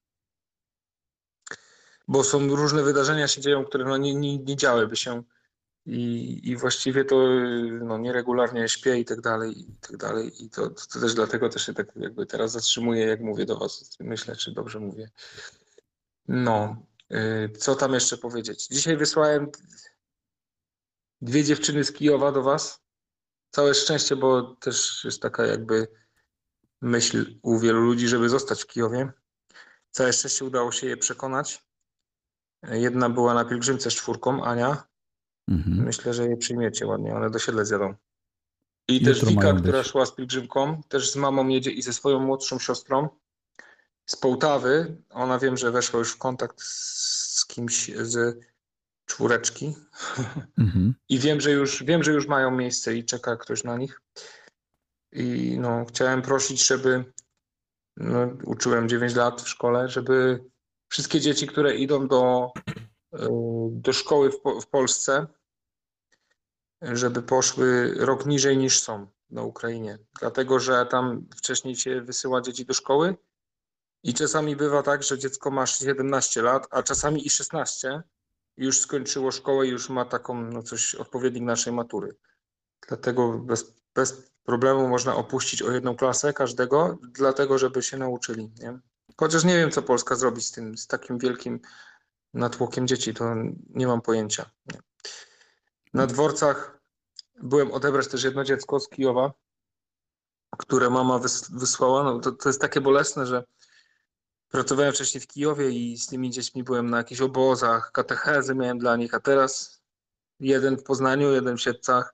bo są różne wydarzenia się dzieją, które no, nie, nie, nie działyby się i, i właściwie to yy, no, nieregularnie śpię i tak dalej, i tak dalej. I to, to też dlatego też się tak jakby teraz zatrzymuję, jak mówię do was. Myślę, czy dobrze mówię. No Yy, Co tam jeszcze powiedzieć? Dzisiaj wysłałem dwie dziewczyny z Kijowa do was. Całe szczęście, bo też jest taka jakby myśl u wielu ludzi, żeby zostać w Kijowie. Całe szczęście udało się je przekonać. Jedna była na pielgrzymce z czwórką, Ania. Mhm. Myślę, że je przyjmiecie ładnie, one do siedle zjadą. I Jutro też Wika, mają być. która szła z pielgrzymką, też z mamą jedzie i ze swoją młodszą siostrą z Połtawy. Ona wiem, że weszła już w kontakt z kimś z czwóreczki. Mhm. I wiem, że już wiem, że już mają miejsce i czeka ktoś na nich. I no, chciałem prosić, żeby no, uczyłem dziewięć lat w szkole, żeby wszystkie dzieci, które idą do, y, do szkoły w, Po- w Polsce, żeby poszły rok niżej niż są na Ukrainie. Dlatego, że tam wcześniej się wysyła dzieci do szkoły i czasami bywa tak, że dziecko ma siedemnaście lat, a czasami i szesnaście, i już skończyło szkołę i już ma taką, no coś, odpowiednik naszej matury. Dlatego bez, bez problemu można opuścić o jedną klasę każdego, dlatego żeby się nauczyli. Nie? Chociaż nie wiem, co Polska zrobi z tym, z takim wielkim natłokiem dzieci, to nie mam pojęcia. Nie. Na dworcach byłem odebrać też jedno dziecko z Kijowa, które mama wys- wysłała. No to, to jest takie bolesne, że pracowałem wcześniej w Kijowie i z tymi dziećmi byłem na jakichś obozach, katechezy miałem dla nich, a teraz jeden w Poznaniu, jeden w Siedlcach.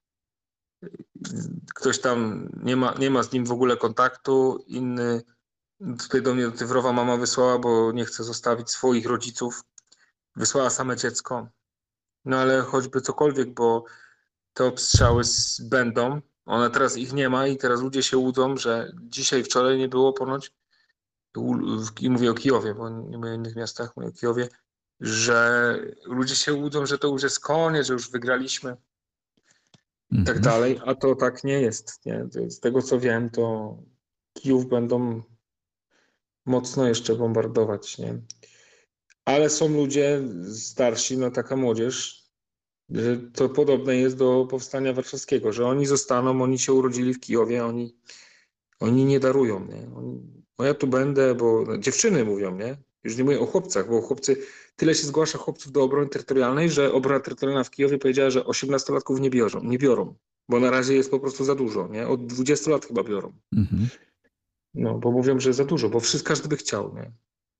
Ktoś tam nie ma, nie ma z nim w ogóle kontaktu, inny tutaj do mnie do Tywrowa mama wysłała, bo nie chce zostawić swoich rodziców. Wysłała same dziecko. No ale choćby cokolwiek, bo te obstrzały s- będą. One teraz ich nie ma i teraz ludzie się łudzą, że dzisiaj, wczoraj nie było ponoć, u- w- i mówię o Kijowie, bo nie mówię o innych miastach, mówię o Kijowie, że ludzie się łudzą, że to już jest koniec, że już wygraliśmy i tak Mhm. dalej, a to tak nie jest. Nie? To Z tego co wiem, to Kijów będą mocno jeszcze bombardować, nie? Ale są ludzie starsi, no taka młodzież, że to podobne jest do powstania warszawskiego, że oni zostaną, oni się urodzili w Kijowie, oni, oni nie darują, nie? Oni, no ja tu będę, bo no, dziewczyny mówią, nie? Już nie mówię o chłopcach, bo chłopcy, tyle się zgłasza chłopców do obrony terytorialnej, że obrona terytorialna w Kijowie powiedziała, że osiemnastolatków nie biorą, nie biorą, bo na razie jest po prostu za dużo, nie? Od dwudziestu lat chyba biorą. Mhm. No, bo mówią, że za dużo, bo wszystko każdy by chciał, nie?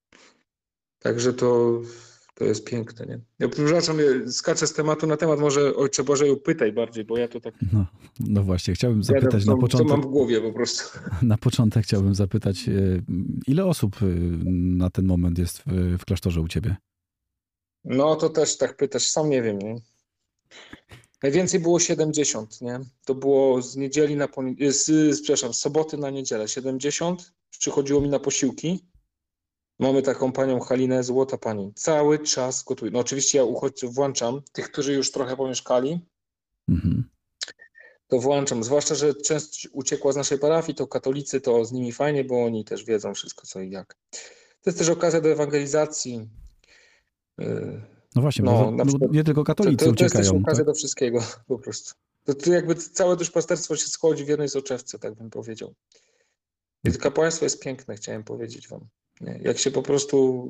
Także to, to jest piękne, nie? Ja przepraszam, ja skaczę z tematu na temat, może Ojcze Boże, pytaj bardziej, bo ja to tak No, no właśnie, chciałbym gadam, zapytać co, na co początek. mam w głowie po prostu. Na początek chciałbym zapytać, e, ile osób e, na ten moment jest w, w klasztorze u ciebie? No to też tak pytasz, sam nie wiem, nie? Najwięcej było siedemdziesiąt, nie? To było z niedzieli na poni- z, z, przepraszam, z soboty na niedzielę siedemdziesiąt, przychodziło mi na posiłki. Mamy taką panią Halinę, złota pani. Cały czas gotuje. No oczywiście ja uchodźców włączam, tych, którzy już trochę pomieszkali, Mhm. to włączam. Zwłaszcza, że część uciekła z naszej parafii, to katolicy, to z nimi fajnie, bo oni też wiedzą wszystko co i jak. To jest też okazja do ewangelizacji. Yy, No właśnie, No, bo na no, przykład nie tylko To, katolicy to, to jest też uciekają. okazja Tak? do wszystkiego po prostu. To, to jakby całe duszpasterstwo się schodzi w jednej soczewce, tak bym powiedział. I to kapłaństwo jest piękne, chciałem powiedzieć wam. Nie? Jak się po prostu,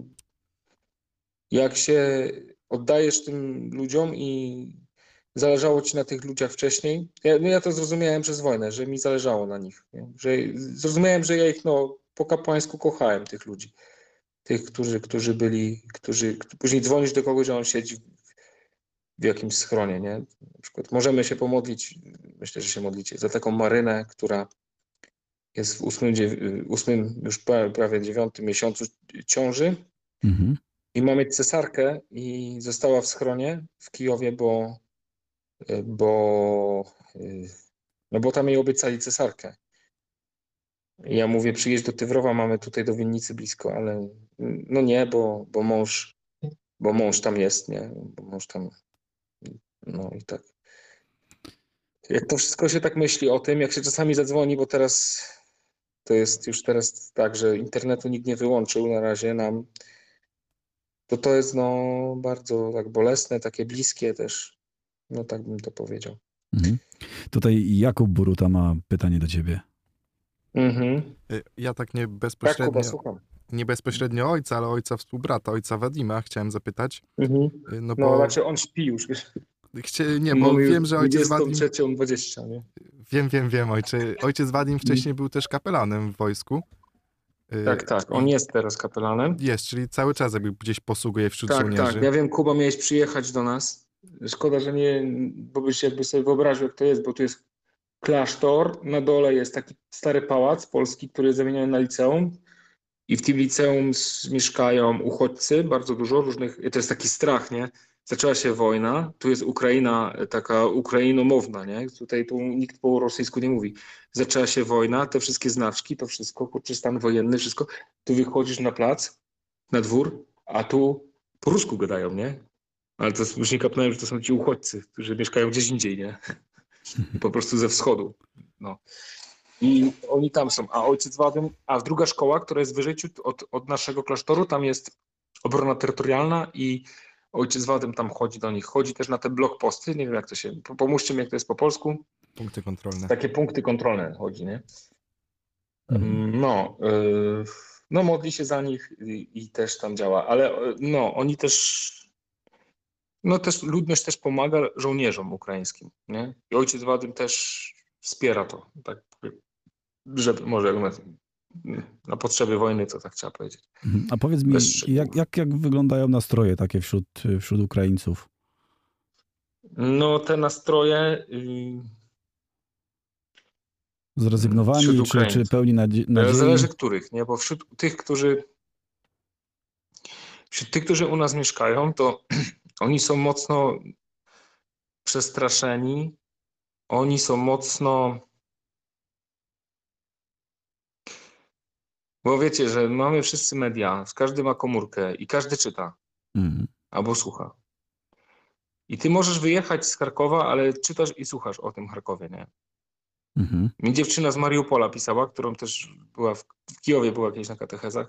jak się oddajesz tym ludziom i zależało ci na tych ludziach wcześniej. Ja, no ja to zrozumiałem przez wojnę, że mi zależało na nich. Nie? Że zrozumiałem, że ja ich no, po kapłańsku kochałem, tych ludzi. Tych, którzy, którzy byli, którzy, później dzwonisz do kogoś, że on siedzi w jakimś schronie, nie? Na przykład możemy się pomodlić, myślę, że się modlicie, za taką Marynę, która jest w ósmym, dziew- ósmym już pra- prawie dziewiątym miesiącu ciąży Mhm. i ma mieć cesarkę i została w schronie w Kijowie, bo, bo, no bo tam jej obiecali cesarkę. I ja mówię, przyjedź do Tywrowa, mamy tutaj do Winnicy blisko, ale no nie, bo, bo mąż, bo mąż tam jest, nie? Bo mąż tam, no i tak. Jak to wszystko się tak myśli o tym, jak się czasami zadzwoni, bo teraz to jest już teraz tak, że internetu nikt nie wyłączył na razie nam, to to jest no bardzo tak bolesne, takie bliskie też, no tak bym to powiedział. Mhm. Tutaj Jakub Buruta ma pytanie do ciebie. Mhm. Y, Ja tak nie Tak, Kuba, bezpośrednio, słucham. nie bezpośrednio ojca, ale ojca współbrata, ojca Wadima, chciałem zapytać. Mhm. Y, No No, bo, znaczy on śpi już, wiesz. chcie, nie, bo Mamy już wiem, że ojciec Wadim, dwudziestą trzecią dwadzieścia, nie? wiem, wiem, wiem, ojcze, ojciec Wadim wcześniej był też kapelanem w wojsku. Y, Tak, tak, on i jest teraz kapelanem. Jest, czyli cały czas jakby gdzieś posługuje wśród Tak, żołnierzy. tak, ja wiem, Kuba, miałeś przyjechać do nas. Szkoda, że nie, bo byś jakby sobie wyobraził, jak to jest, bo tu jest klasztor, na dole jest taki stary pałac polski, który jest zamieniony na liceum i w tym liceum s- mieszkają uchodźcy, bardzo dużo różnych, to jest taki strach, nie? Zaczęła się wojna, tu jest Ukraina, e, taka ukrainomowna, nie? Tutaj tu nikt po rosyjsku nie mówi. Zaczęła się wojna, te wszystkie znaczki, to wszystko, kurczę, stan wojenny, wszystko. Tu wychodzisz na plac, na dwór, a tu po rusku gadają, nie? Ale to jest- już nie kapnąłem, że to są ci uchodźcy, którzy mieszkają gdzieś indziej, nie? Po prostu ze wschodu. No. I oni tam są. A ojciec Wadym, a druga szkoła, która jest wyżej ciut od, od naszego klasztoru, tam jest obrona terytorialna i ojciec Wadym tam chodzi do nich. Chodzi też na te blokposty, nie wiem jak to się, po- pomóżcie mi jak to jest po polsku. Punkty kontrolne. Takie punkty kontrolne chodzi, nie? Mhm. Mm, No, y, no modli się za nich i, i też tam działa, ale y, no, oni też, no też ludność też pomaga żołnierzom ukraińskim, nie? I ojciec Wadym też wspiera to, tak, żeby może jak na, na potrzeby wojny, to tak trzeba powiedzieć. Mhm. A powiedz mi, Bez szczegółów. jak, jak, jak wyglądają nastroje takie wśród, wśród Ukraińców? No te nastroje, y, Zrezygnowani, Wśród czy, czy Ukraińców. pełni nadzie- nadziei? zależy których, nie? Bo wśród tych, którzy wśród tych, którzy u nas mieszkają, to oni są mocno przestraszeni, oni są mocno, bo wiecie, że mamy wszyscy media, każdy ma komórkę i każdy czyta Mhm. albo słucha. I ty możesz wyjechać z Charkowa, ale czytasz i słuchasz o tym Charkowie, nie? Mhm. Mi dziewczyna z Mariupola pisała, którą też była w, w Kijowie, była jakieś na katechezach.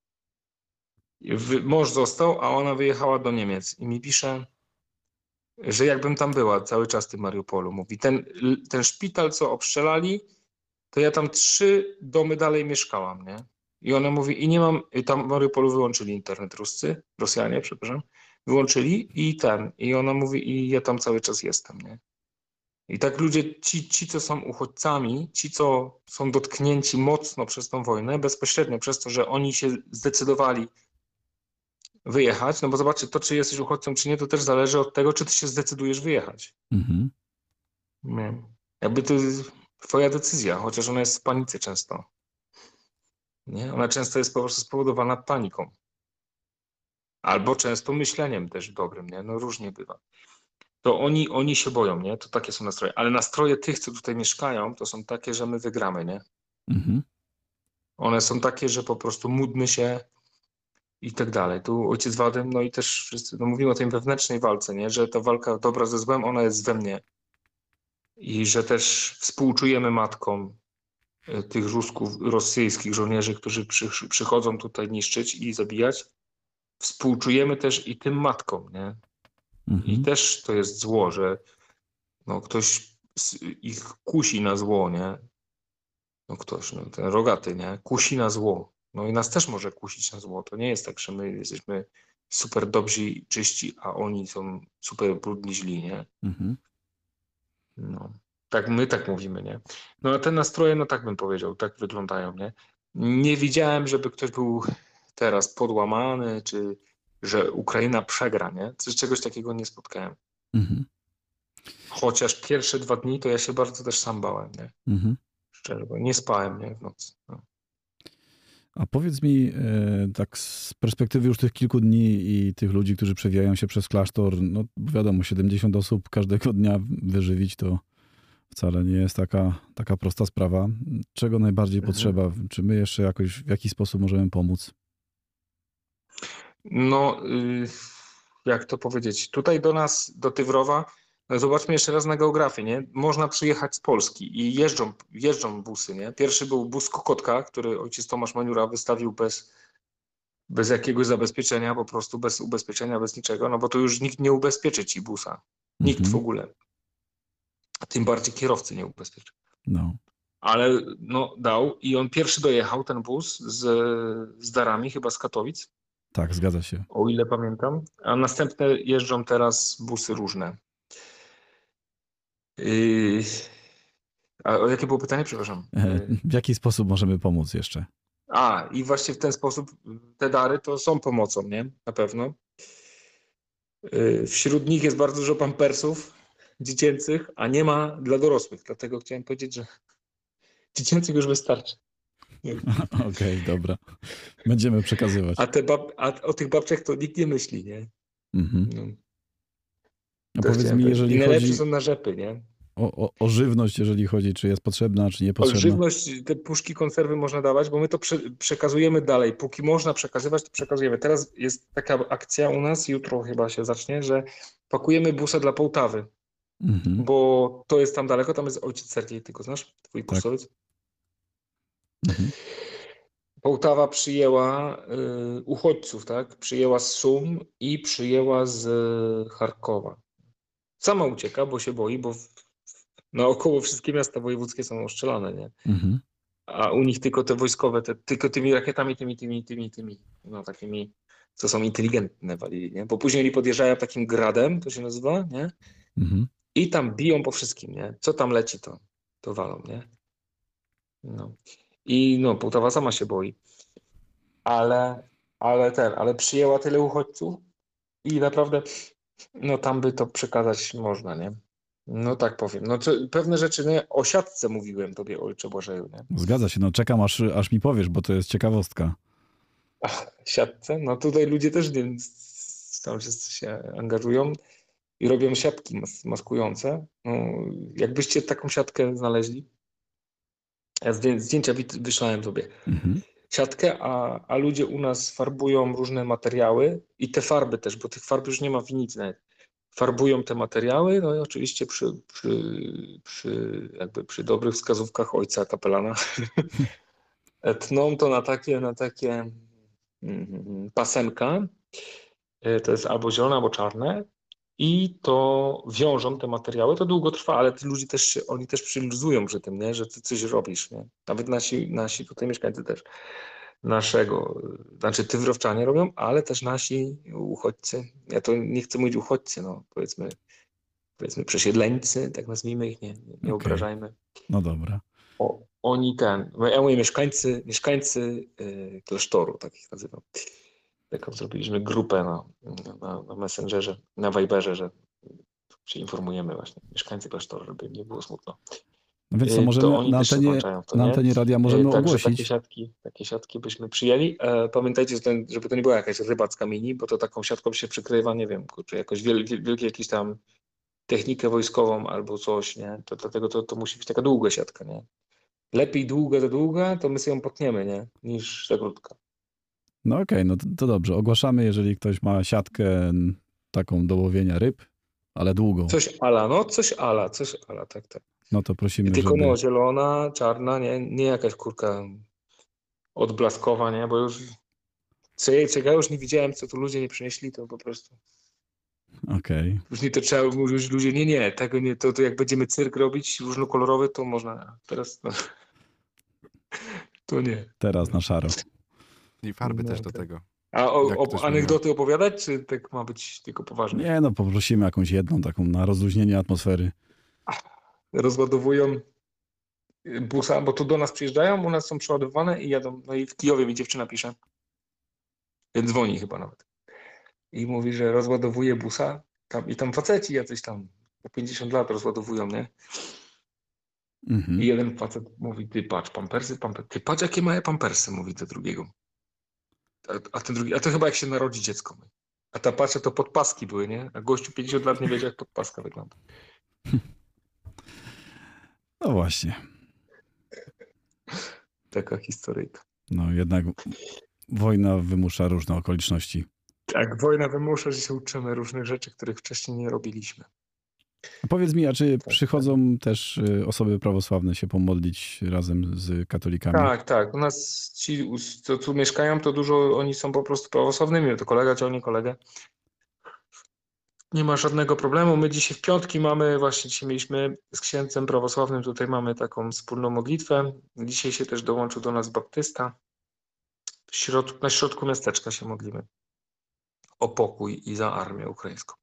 I wy- Mąż został, a ona wyjechała do Niemiec i mi pisze, że jakbym tam była cały czas w tym Mariupolu. Mówi, ten, ten szpital, co obstrzelali, to ja tam trzy domy dalej mieszkałam, nie? I ona mówi, i nie mam, i tam w Mariupolu wyłączyli internet Ruscy, Rosjanie, przepraszam, wyłączyli i ten, i ona mówi, i ja tam cały czas jestem, nie? I tak ludzie, ci, ci, co są uchodźcami, ci, co są dotknięci mocno przez tą wojnę, bezpośrednio przez to, że oni się zdecydowali wyjechać, no bo zobaczcie, to czy jesteś uchodźcą, czy nie, to też zależy od tego, czy ty się zdecydujesz wyjechać. Mhm. Nie. Jakby to jest twoja decyzja, chociaż ona jest w panice często. Nie? Ona często jest po prostu spowodowana paniką. Albo często myśleniem też dobrym, nie? No różnie bywa. To oni, oni się boją, nie? To takie są nastroje. Ale nastroje tych, co tutaj mieszkają, to są takie, że my wygramy, nie? Mhm. One są takie, że po prostu módlmy się i tak dalej. Tu ojciec Wadym, no i też wszyscy, no mówimy o tej wewnętrznej walce, nie? Że ta walka dobra ze złem, ona jest we mnie. I że też współczujemy matkom y, tych Rusków, rosyjskich żołnierzy, którzy przy, przychodzą tutaj niszczyć i zabijać. Współczujemy też i tym matkom, nie? I Mhm. też to jest zło, że no, ktoś s- ich kusi na zło, nie? No ktoś, no, ten rogaty, nie? Kusi na zło. No i nas też może kusić na zło. To nie jest tak, że my jesteśmy super dobrzy i czyści, a oni są super brudni, źli, nie? Mhm. No. Tak, my tak mówimy, nie? No a te nastroje, no tak bym powiedział, tak wyglądają, nie? Nie widziałem, żeby ktoś był teraz podłamany, czy że Ukraina przegra, nie? Coś, czegoś takiego nie spotkałem. Mhm. Chociaż pierwsze dwa dni to ja się bardzo też sam bałem, nie? Mhm. Szczerze, bo nie spałem, nie? W nocy. No. A powiedz mi, e, tak z perspektywy już tych kilku dni i tych ludzi, którzy przewijają się przez klasztor, no bo wiadomo, siedemdziesiąt osób każdego dnia wyżywić to wcale nie jest taka, taka prosta sprawa. Czego najbardziej Mhm. potrzeba? Czy my jeszcze jakoś, w jakiś sposób możemy pomóc? No, y, jak to powiedzieć? Tutaj do nas, do Tywrowa, no zobaczmy jeszcze raz na geografię, nie? Można przyjechać z Polski i jeżdżą, jeżdżą busy, nie? Pierwszy był bus Kokotka, który ojciec Tomasz Maniura wystawił bez, bez jakiegoś zabezpieczenia, po prostu bez ubezpieczenia, bez niczego, no bo to już nikt nie ubezpieczy ci busa. Nikt Mhm. w ogóle. A tym bardziej kierowcy nie ubezpieczy. No. ale no dał i on pierwszy dojechał, ten bus z, z darami chyba z Katowic, Tak, zgadza się. o ile pamiętam, a następne jeżdżą teraz busy różne. Yy, a o jakie było pytanie? Przepraszam. E, Yy, W jaki sposób możemy pomóc jeszcze? A, i właśnie w ten sposób te dary to są pomocą, nie? Na pewno. Yy, Wśród nich jest bardzo dużo pampersów dziecięcych, a nie ma dla dorosłych. Dlatego chciałem powiedzieć, że dziecięcych już wystarczy. Okej, dobra. Będziemy przekazywać. A, te bab, a o tych babciach to nikt nie myśli, nie? Mhm. No, A to powiedz chciałem mi, powiedzieć. jeżeli I najlepsze chodzi są na rzepy, nie? o, o, o żywność, jeżeli chodzi, czy jest potrzebna, czy O niepotrzebna? żywność, te puszki konserwy można dawać, bo my to prze, przekazujemy dalej. Póki można przekazywać, to przekazujemy. Teraz jest taka akcja u nas, jutro chyba się zacznie, że pakujemy busa dla Połtawy, Mhm. bo to jest tam daleko, tam jest ojciec Sergiej, ty go znasz? Twój Tak. kursowiec? Mhm. Połtawa przyjęła y, uchodźców, tak? Przyjęła z Sum i przyjęła z y, Charkowa. Sama ucieka, bo się boi, bo w, naokoło wszystkie miasta wojewódzkie są ostrzelane, nie? Mhm. A u nich tylko te wojskowe, te, tylko tymi rakietami, tymi, tymi, tymi, tymi, no takimi, co są inteligentne walili, nie? Bo później oni podjeżdżają takim gradem, to się nazywa, nie? Mhm. I tam biją po wszystkim, nie? Co tam leci, to, to walą, nie? No. I no, Połtawa sama się boi. Ale, ale ten, ale przyjęła tyle uchodźców i naprawdę, no tam by to przekazać można, nie? No tak powiem. No to pewne rzeczy, nie? O siatce mówiłem tobie, ojcze Błażeju, nie? Zgadza się, no czekam aż, aż mi powiesz, bo to jest ciekawostka. Ach, siatce? No tutaj ludzie też nie wiem, tam wszyscy się angażują i robią siatki mas maskujące. No, jakbyście taką siatkę znaleźli, ja zdję zdjęcia wyślałem tobie. Mhm. Siatkę, a, a ludzie u nas farbują różne materiały i te farby też, bo tych farb już nie ma w nic nawet. Farbują te materiały, no i oczywiście przy, przy, przy, jakby przy dobrych wskazówkach ojca kapelana tną to na takie, na takie mm, pasemka, to jest albo zielone, albo czarne i to wiążą te materiały, to długo trwa, ale ci ludzie też się, oni też przyluzują przy tym, nie? Że ty coś robisz, nie? Nawet nasi, nasi tutaj mieszkańcy też naszego, znaczy tywrowczanie robią, ale też nasi uchodźcy, ja to nie chcę mówić uchodźcy, no powiedzmy, powiedzmy przesiedleńcy, tak nazwijmy ich, nie, nie, nie Okej. obrażajmy. No dobra. O, oni ten, ja mówię mieszkańcy, mieszkańcy y, klasztoru, tak ich nazywam. Taką zrobiliśmy grupę na, na, na Messengerze, na Viberze, że się informujemy właśnie, mieszkańcy klasztoru, żeby im nie było smutno. No więc co, Y, możemy to oni na też się antenie, włączają w to, na nie? antenie radia możemy Y, Także takie ogłosić. siatki, takie siatki byśmy przyjęli. E, pamiętajcie, że ten, żeby to nie była jakaś rybacka mini, bo to taką siatką się przykrywa, nie wiem, kurczę, jakoś wiel, wiel, wielkie jakieś tam technikę wojskową albo coś, nie? To dlatego to, to musi być taka długa siatka, nie? Lepiej długa za długa, to my sobie ją potniemy, nie? Niż za krótka. No okej, no to, to dobrze. Ogłaszamy, jeżeli ktoś ma siatkę n, taką do łowienia ryb, ale długą. Coś ala, no coś ala, coś ala, tak, tak. No to prosimy, I tylko żeby... no, zielona, czarna, nie, nie jakaś kurka odblaskowa, nie? Bo już co ja, czego ja już nie widziałem, co tu ludzie nie przynieśli, to po prostu. Okej. Już nie to trzeba mówić ludzie, nie, nie, tego nie, to, to jak będziemy cyrk robić różnokolorowy, to można. Teraz to, to nie. Teraz na szaro. I farby No, też do tak. tego. A o, Jak o ktoś anegdoty opowiadać, czy tak ma być tylko poważnie? Nie no, poprosimy jakąś jedną taką na rozluźnienie atmosfery. Rozładowują busa, bo tu do nas przyjeżdżają, u nas są przeładowane i jadą. No i w Kijowie mi dziewczyna pisze, dzwoni chyba nawet. I mówi, że rozładowuje busa tam, i tam faceci jacyś tam po pięćdziesiąt lat rozładowują, nie? Mhm. I jeden facet mówi, ty patrz, pampersy, pampersy, ty patrz jakie małe pampersy, mówi do drugiego. A, a ten drugi, a to chyba jak się narodzi dziecko. A ta patrz, to podpaski były, nie? A gościu pięćdziesiąt lat nie wiedział, jak podpaska wygląda. No właśnie. Taka historyjka. No jednak wojna wymusza różne okoliczności. Tak, wojna wymusza, że się uczymy różnych rzeczy, których wcześniej nie robiliśmy. A powiedz mi, a czy przychodzą też y, osoby prawosławne się pomodlić razem z katolikami? Tak, tak. U nas ci, co tu mieszkają, to dużo oni są po prostu prawosławnymi. To kolega ciągnie kolegę. Nie ma żadnego problemu. My dzisiaj w piątki mamy, właśnie dzisiaj mieliśmy z księdzem prawosławnym, tutaj mamy taką wspólną modlitwę. Dzisiaj się też dołączył do nas baptysta. W środ- na środku miasteczka się modlimy o pokój i za armię ukraińską.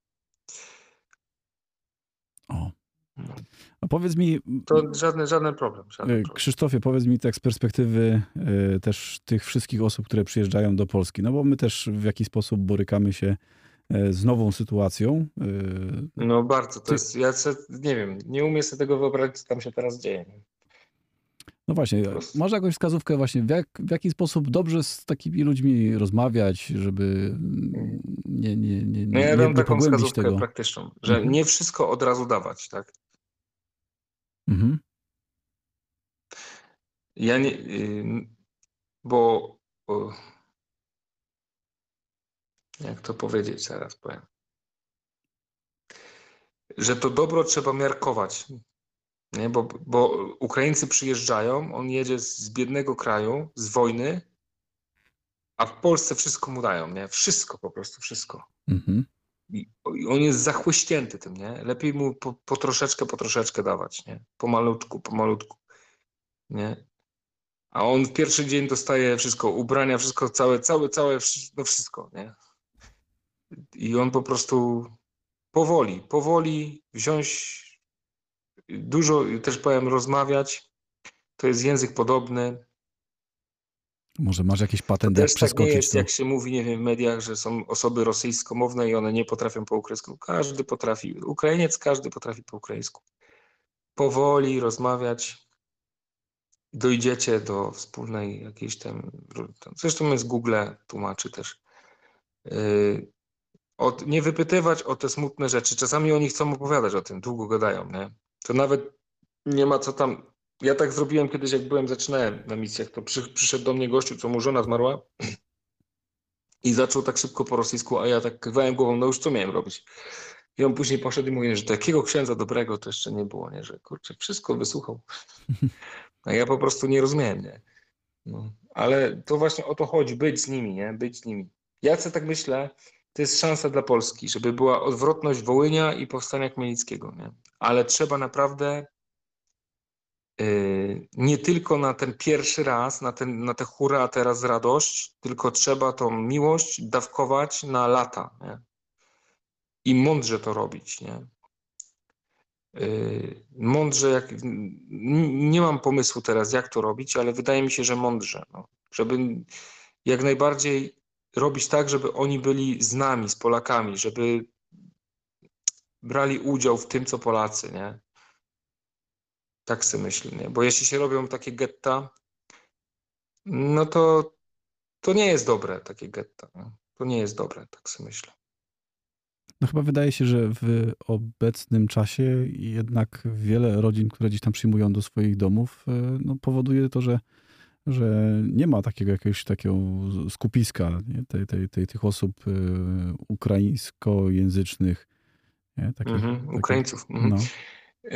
O. No. A powiedz mi, To żaden, żaden problem. Żaden y, problem. Krzysztofie, powiedz mi tak z perspektywy y, też tych wszystkich osób, które przyjeżdżają do Polski, no bo my też w jakiś sposób borykamy się y, z nową sytuacją. y, No bardzo, to Ty- jest, ja se, nie wiem, nie umiem sobie tego wyobrazić, co tam się teraz dzieje. nie? No właśnie, Po prostu. może jakąś wskazówkę właśnie, w, jak, w jaki sposób dobrze z takimi ludźmi rozmawiać, żeby mm, nie, nie, nie, No nie, ja nie, dam nie taką pogłębić wskazówkę tego. praktyczną, że Mhm. nie wszystko od razu dawać, tak? Mhm. Ja nie, ym, bo o, jak to powiedzieć, zaraz powiem, że to dobro trzeba miarkować, nie? Bo, bo Ukraińcy przyjeżdżają, on jedzie z biednego kraju, z wojny, a w Polsce wszystko mu dają, nie? Wszystko, po prostu wszystko. Mhm. I, i on jest zachłyśnięty tym, nie? Lepiej mu po, po troszeczkę, po troszeczkę dawać, nie? Po malutku, po malutku, nie? A on w pierwszy dzień dostaje wszystko, ubrania, wszystko, całe, całe, całe, wszy- no wszystko, nie? I on po prostu powoli, powoli wziąć, dużo, też powiem, rozmawiać. To jest język podobny. Może masz jakiś To patent, jak też tak nie przeskoczyć jest, to? jak się mówi, nie wiem, w mediach, że są osoby rosyjskomowne i one nie potrafią po ukraińsku. Każdy potrafi. Ukrainiec, każdy potrafi po ukraińsku. Powoli rozmawiać. Dojdziecie do wspólnej jakiejś tam... Zresztą jest Google, tłumaczy też. Yy, Od, nie wypytywać o te smutne rzeczy. Czasami oni chcą opowiadać o tym, długo gadają, nie? To nawet nie ma co tam... Ja tak zrobiłem kiedyś, jak byłem, zaczynałem na misjach, to przy, przyszedł do mnie gościu, co mu żona zmarła i zaczął tak szybko po rosyjsku, a ja tak kiwałem głową, no już co miałem robić? I on później poszedł i mówi, że takiego księdza dobrego to jeszcze nie było, nie? Że kurczę, wszystko wysłuchał. A ja po prostu nie rozumiałem, nie? No. Ale to właśnie o to chodzi, być z nimi, nie? Być z nimi. Ja co tak myślę, to jest szansa dla Polski, żeby była odwrotność Wołynia i powstania Chmielnickiego, nie? Ale trzeba naprawdę yy, nie tylko na ten pierwszy raz, na, ten, na tę hura, teraz radość, tylko trzeba tą miłość dawkować na lata, nie? I mądrze to robić, nie? Yy, mądrze, jak, n- nie mam pomysłu teraz, jak to robić, ale wydaje mi się, że mądrze, no. Żeby jak najbardziej robić tak, żeby oni byli z nami, z Polakami, żeby brali udział w tym, co Polacy, nie? Tak sobie myślę, nie? Bo jeśli się robią takie getta, no to to nie jest dobre, takie getta, nie? To nie jest dobre, tak sobie myślę. No chyba wydaje się, że w obecnym czasie jednak wiele rodzin, które gdzieś tam przyjmują do swoich domów, e, no powoduje to, że, że nie ma takiego jakiegoś takiego skupiska, nie? Tej, tej, tej, tych osób e, ukraińskojęzycznych. Nie? Takich, Mhm, takich, Ukraińców. Mhm. no. Y,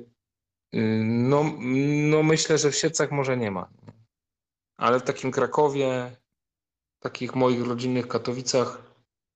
y, no, no myślę, że w Siedlcach może nie ma. Ale w takim Krakowie, takich moich rodzinnych Katowicach,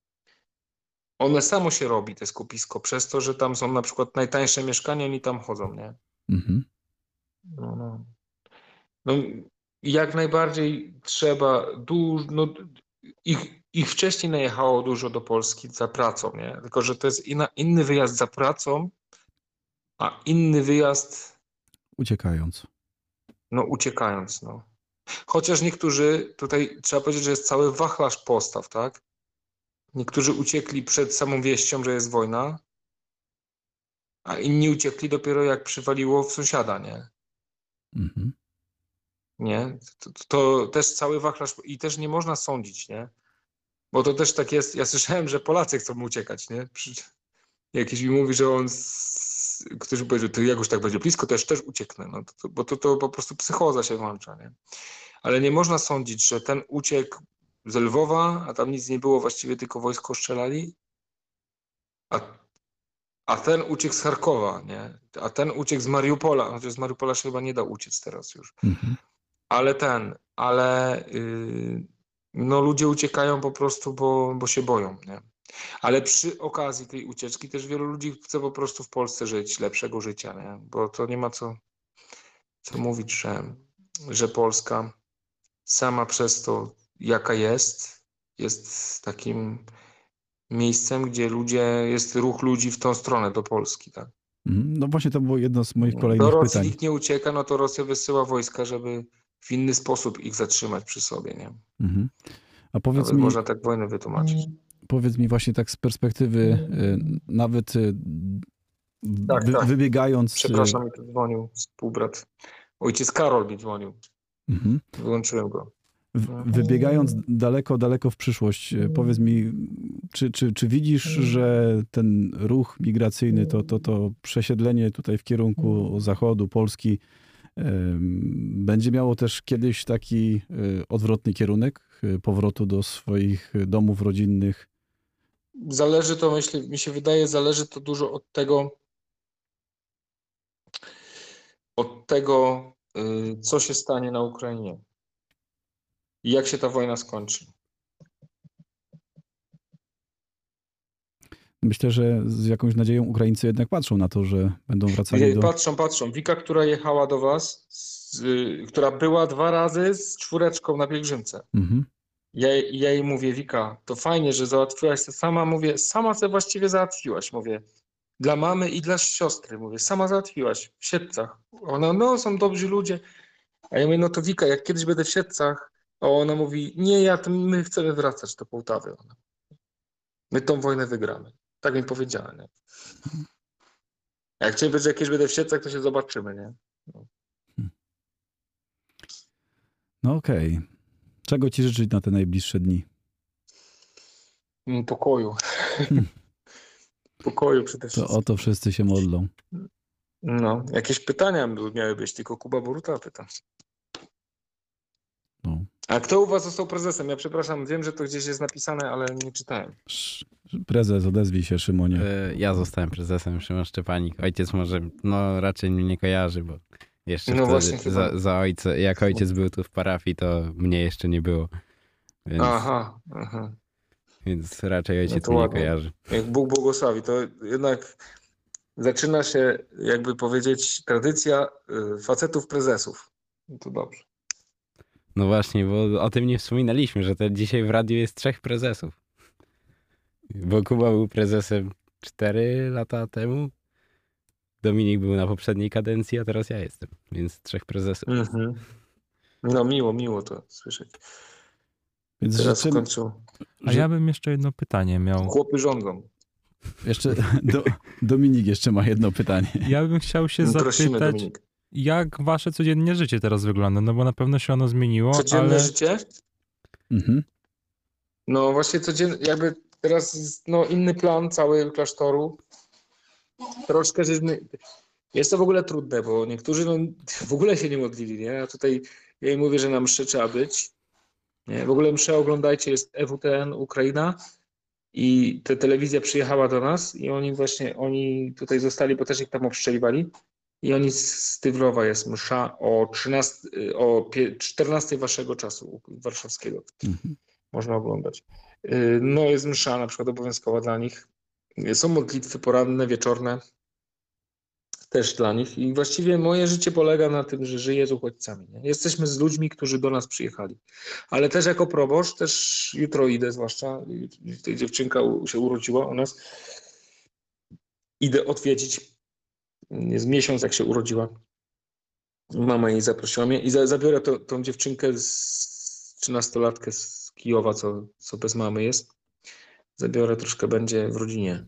one samo się robi, te skupisko, przez to, że tam są na przykład najtańsze mieszkania, oni tam chodzą, nie? Mhm. No, no. No, jak najbardziej trzeba dużo, no, ich, ich wcześniej najechało dużo do Polski za pracą, nie? Tylko że to jest inna, inny wyjazd za pracą, a inny wyjazd, Uciekając. no, uciekając, no. Chociaż niektórzy, tutaj trzeba powiedzieć, że jest cały wachlarz postaw, tak? Niektórzy uciekli przed samą wieścią, że jest wojna, a inni uciekli dopiero jak przywaliło w sąsiada, nie? Mhm. Nie? To, to, to też cały wachlarz i też nie można sądzić, nie? Bo to też tak jest, ja słyszałem, że Polacy chcą uciekać, nie? Przy, jakiś mi mówi, że on, z, ktoś powiedział, to jak już tak będzie blisko, to ja też ucieknę, no to, to, bo to, to po prostu psychoza się włącza, nie? Ale nie można sądzić, że ten uciekł z Lwowa, a tam nic nie było, właściwie tylko wojsko strzelali, a, a ten uciekł z Charkowa, nie? A ten uciekł z Mariupola, chociaż z Mariupola się chyba nie da uciec teraz już. Mhm. Ale ten, ale yy, no ludzie uciekają po prostu, bo, bo się boją, nie? Ale przy okazji tej ucieczki też wielu ludzi chce po prostu w Polsce żyć, lepszego życia, nie? Bo to nie ma co, co mówić, że, że Polska sama przez to, jaka jest, jest takim miejscem, gdzie ludzie, jest ruch ludzi w tą stronę, do Polski, tak? Mhm. No właśnie to było jedno z moich Do kolejnych Rosji pytań. nikt nie ucieka, no to Rosja wysyła wojska, żeby w inny sposób ich zatrzymać przy sobie, nie? Mhm. A powiedz Nawet mi, można tak wojnę wytłumaczyć. powiedz mi właśnie tak z perspektywy y, nawet y, Tak, wy, tak. wybiegając... y, Przepraszam, mi tu dzwonił współbrat. Ojciec Karol mi dzwonił. Mhm. Wyłączyłem go. W- Wybiegając daleko, daleko w przyszłość, e, powiedz mi, czy, czy, czy widzisz, że ten ruch migracyjny, to, to, to przesiedlenie tutaj w kierunku zachodu Polski em, będzie miało też kiedyś taki e, odwrotny kierunek e, powrotu do swoich domów rodzinnych? Zależy to, myślę, mi się wydaje, zależy to dużo od tego, od tego, y, co się stanie na Ukrainie i jak się ta wojna skończy. Myślę, że z jakąś nadzieją Ukraińcy jednak patrzą na to, że będą wracali Ej, do... Patrzą, patrzą. Wika, która jechała do was, z, y, która była dwa razy z czwóreczką na pielgrzymce. Mhm. Ja, ja jej mówię, Wika, to fajnie, że załatwiłaś to sama, mówię, sama se właściwie załatwiłaś, mówię, dla mamy i dla siostry, mówię, sama załatwiłaś w Siedlcach. Ona, no, są dobrzy ludzie. A ja mówię, no to Wika, jak kiedyś będę w Siedlcach, a ona mówi, nie, ja, to my chcemy wracać do Połtawy. Ona. My tą wojnę wygramy. Tak mi powiedziała, nie? Jak cię będzie, jakieś będę w Siedlcach, to się zobaczymy, nie? No. No okej. Czego ci życzyć na te najbliższe dni? Mm, Pokoju. Pokoju przede To wszystkim. o to wszyscy się modlą. No, jakieś pytania miały być, tylko Kuba Boruta pyta. No. A kto u was został prezesem? Ja przepraszam, wiem, że to gdzieś jest napisane, ale nie czytałem. Sz- Prezes, odezwij się, Szymonie. E, Ja zostałem prezesem, Szymon Szczepanik. Ojciec może, no raczej mnie nie kojarzy, bo jeszcze No wtedy właśnie, chyba. za, za ojca, jak ojciec był tu w parafii, to mnie jeszcze nie było. Więc, Aha, aha. więc raczej ojciec to mnie nie ładnie. kojarzy. Jak Bóg błogosławi, to jednak zaczyna się, jakby powiedzieć, tradycja y, facetów prezesów. No to dobrze. No właśnie, bo o tym nie wspominaliśmy, że to dzisiaj w radiu jest trzech prezesów. Bo Kuba był prezesem cztery lata temu, Dominik był na poprzedniej kadencji, a teraz ja jestem, więc trzech prezesów. Mhm. No miło, miło to słyszeć. Więc Teraz w życzymy, końcu A ja bym jeszcze jedno pytanie miał. chłopy rządzą. jeszcze do, Dominik jeszcze ma jedno pytanie. Ja bym chciał się Prosimy, zapytać, Dominik. jak wasze codzienne życie teraz wygląda? No bo na pewno się ono zmieniło, Codzienne ale życie? Mhm. No właśnie codziennie, jakby teraz jest, no, inny plan cały klasztoru. Troszkę żeśmy... Jest to w ogóle trudne, bo niektórzy no, w ogóle się nie modlili, nie? Ja tutaj ja im mówię, że na mszy trzeba być. Nie? W ogóle mszę oglądajcie, jest E W T N Ukraina i ta telewizja przyjechała do nas i oni właśnie, oni tutaj zostali, bo też ich tam obstrzeliwali i oni z Tywrowa jest msza o trzynastej, o czternastej waszego czasu warszawskiego. Mhm. Można oglądać. Y, No jest msza na przykład obowiązkowa dla nich. Są modlitwy poranne, wieczorne też dla nich i właściwie moje życie polega na tym, że żyję z uchodźcami. Nie? Jesteśmy z ludźmi, którzy do nas przyjechali. Ale też jako proboszcz, też jutro idę, zwłaszcza tutaj dziewczynka u- się urodziła u nas. Idę odwiedzić. Jest miesiąc, jak się urodziła. Mama jej zaprosiła mnie i za, zabiorę to, tą dziewczynkę, z trzynastolatkę z Kijowa, co, co bez mamy jest. Zabiorę, troszkę będzie w rodzinie.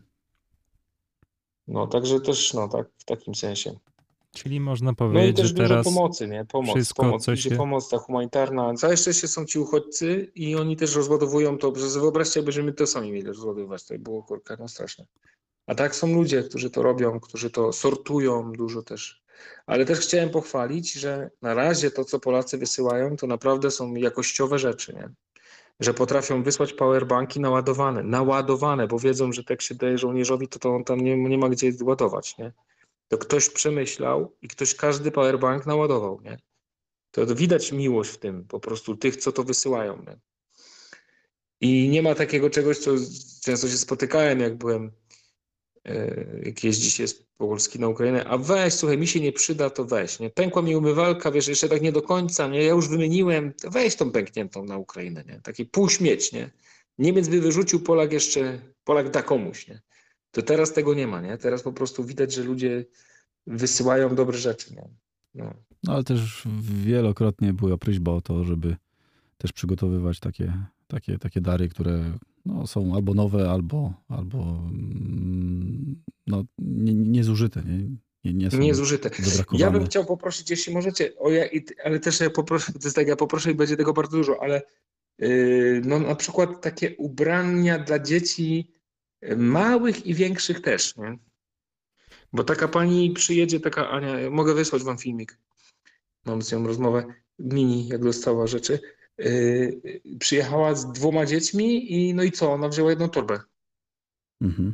No, także też, no tak, w takim sensie. czyli można No i powiedzieć, też że dużo teraz pomocy, nie? Pomoc, wszystko, pomoc, co idzie się- pomoc ta humanitarna. Całe szczęście są ci uchodźcy i oni też rozładowują to, że wyobraźcie, jakbyśmy to sami mieli rozładowywać, to by było kurka, no straszne. A tak są ludzie, którzy to robią, którzy to sortują dużo też. Ale też chciałem pochwalić, że na razie to, co Polacy wysyłają, to naprawdę są jakościowe rzeczy, nie? Że potrafią wysłać powerbanki naładowane, naładowane, bo wiedzą, że tak się daje żołnierzowi, to, to on tam nie, nie ma gdzie ładować, nie? To ktoś przemyślał i ktoś każdy powerbank naładował, nie? To widać miłość w tym, po prostu tych, co to wysyłają, nie? I nie ma takiego czegoś, co często się spotykałem, jak byłem, jak jeździ się z Polski na Ukrainę, a weź, słuchaj, mi się nie przyda, to weź, nie? Pękła mi umywalka, wiesz, jeszcze tak nie do końca, nie? Ja już wymieniłem, to weź tą pękniętą na Ukrainę, nie? Taki półśmieć, nie? Niemiec by wyrzucił, Polak jeszcze, Polak da komuś, nie? To teraz tego nie ma, nie? Teraz po prostu widać, że ludzie wysyłają dobre rzeczy, nie? No. No ale też wielokrotnie była prośba o to, żeby też przygotowywać takie, takie, takie dary, które no, są albo nowe, albo, albo mm, no, nie, niezużyte. Nie, nie, nie są Niezużyte. wybrakowane. Ja bym chciał poprosić, jeśli możecie, o ja, i- ale też ja poproszę, to jest tak, ja poproszę i będzie tego bardzo dużo, ale yy, no na przykład takie ubrania dla dzieci yy, małych i większych też, nie? Bo taka pani przyjedzie, taka Ania, ja mogę wysłać wam filmik, mam z nią rozmowę, mini, jak dostała rzeczy, yy, przyjechała z dwoma dziećmi i no i co, ona wzięła jedną torbę. Mhm.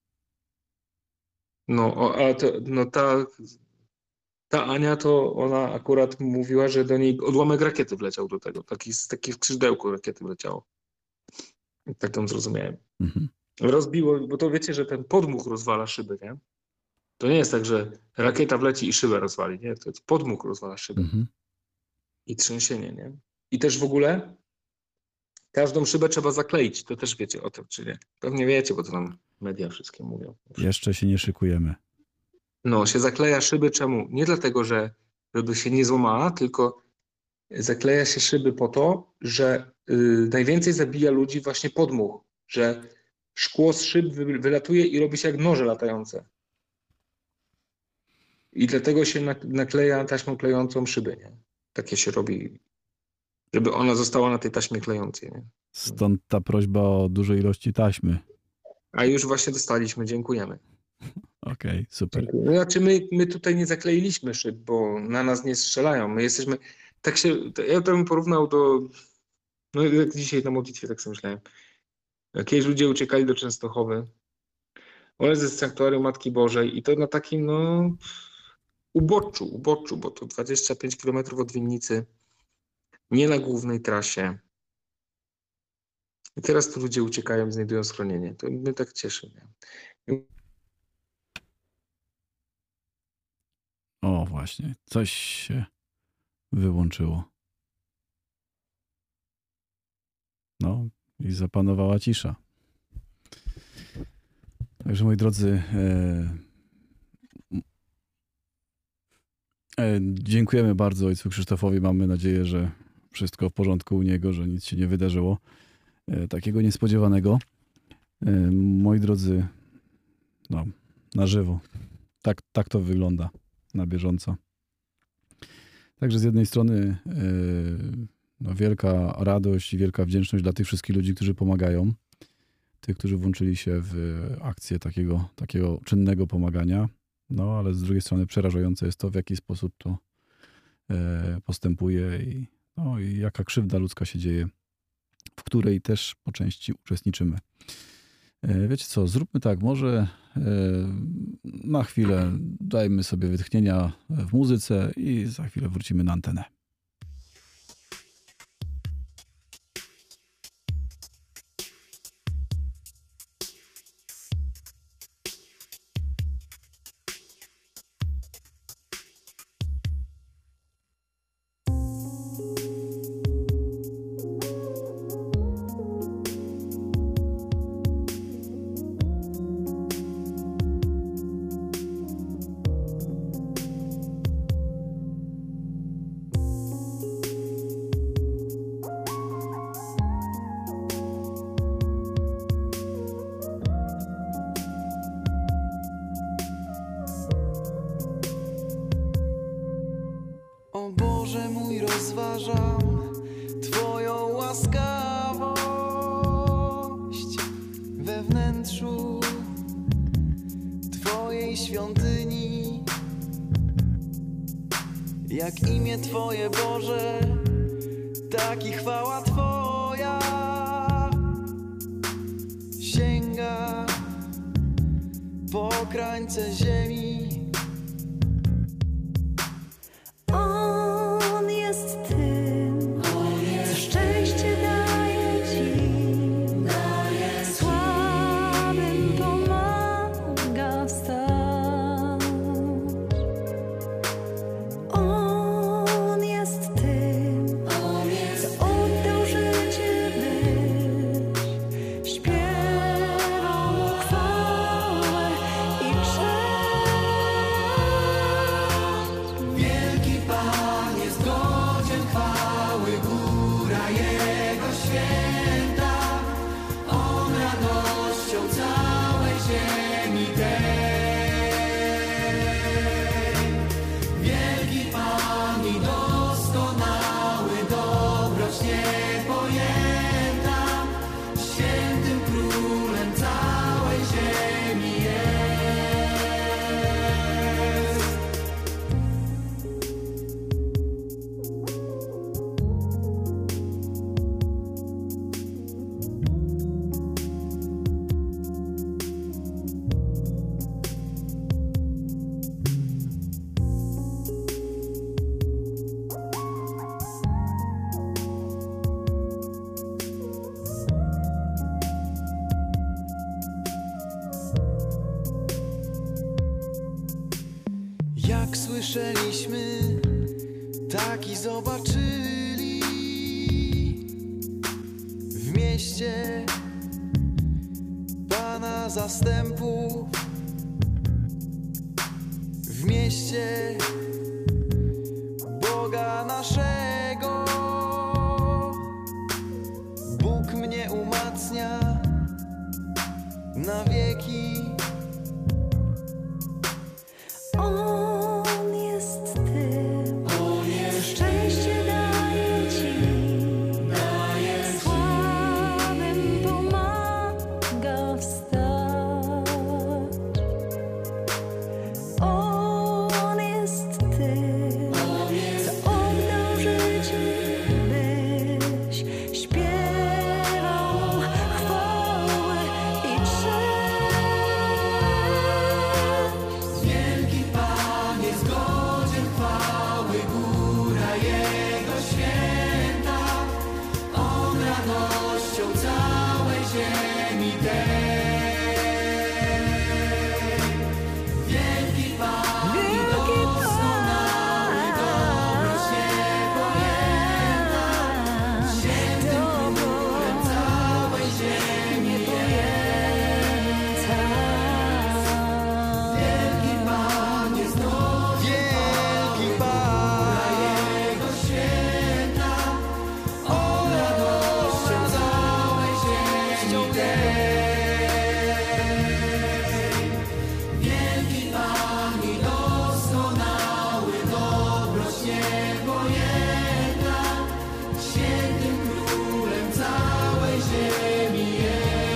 No, o, a to, no ta, ta Ania, to ona akurat mówiła, że do niej odłamek rakiety wleciał do tego. Taki, z takie skrzydełko rakiety wleciało. Tak tam zrozumiałem. Mhm. Rozbiło, bo to wiecie, że ten podmuch rozwala szyby, nie? To nie jest tak, że rakieta wleci i szybę rozwali, nie? To jest podmuch rozwala szybę. Mhm. I trzęsienie, nie? I też w ogóle każdą szybę trzeba zakleić. To też wiecie o tym, czy nie? Pewnie wiecie, bo to nam media wszystkie mówią. Jeszcze się nie szykujemy. No, się zakleja szyby czemu? Nie dlatego, że żeby się nie złamała, tylko zakleja się szyby po to, że y, najwięcej zabija ludzi właśnie podmuch, że szkło z szyb wy, wylatuje i robi się jak noże latające. I dlatego się nak- nakleja taśmą klejącą szybę, nie? Takie się robi, żeby ona została na tej taśmie klejącej, nie? Stąd ta prośba o dużej ilości taśmy. A już właśnie dostaliśmy, dziękujemy. Okej, super. No, znaczy my, my tutaj nie zakleiliśmy szyb, bo na nas nie strzelają. My jesteśmy, tak się, to ja to bym porównał do, no jak dzisiaj na modlitwie tak sobie myślałem. Kiedyś ludzie uciekali do Częstochowy, ale ze sanktuarium Matki Bożej i to na takim, no, uboczu, uboczu, bo to dwadzieścia pięć kilometrów od Winnicy, nie na głównej trasie. I teraz tu ludzie uciekają, znajdują schronienie. To mnie tak cieszy. Nie? O, właśnie. Coś się wyłączyło. No i zapanowała cisza. Także moi drodzy, e, e, dziękujemy bardzo ojcu Krzysztofowi. Mamy nadzieję, że wszystko w porządku u niego, że nic się nie wydarzyło e, takiego niespodziewanego. E, moi drodzy, no, na żywo. Tak, tak to wygląda na bieżąco. Także z jednej strony e, no, wielka radość i wielka wdzięczność dla tych wszystkich ludzi, którzy pomagają. Tych, którzy włączyli się w akcję takiego, takiego czynnego pomagania. No, ale z drugiej strony przerażające jest to, w jaki sposób to e, postępuje i, no, i jaka krzywda ludzka się dzieje, w której też po części uczestniczymy. E, wiecie co, zróbmy tak, może e, na chwilę dajmy sobie wytchnienia w muzyce i za chwilę wrócimy na antenę. O Boże mój, rozważam Twoją łaskawość we wnętrzu Twojej świątyni. Jak imię Twoje, Boże, tak i chwała Twoja sięga po krańce ziemi. On jest tym, co szczęście daje Ci. taki zobaczyli w mieście Pana zastępów, w mieście Boga naszego. Bóg mnie umacnia na wieki. On jest tym, szczęście daje ci, słabym pomaga wstać. On jest tym, co oddał życie, byś śpiewał chwałę i cześć. Wielki Pan jest godzien chwały, góra Jego święta. On radością całej ziemi tej. Wielki Pan i doskonały, dobroć niepojęta. Świętym królem całej ziemi jest. Wielki Pan jest godzien Wielki Pan, Jego święta. On radością całej ziemi tej. Wielki Pan i doskonały, dobroć niepojęta. Świętym królem całej ziemi jest.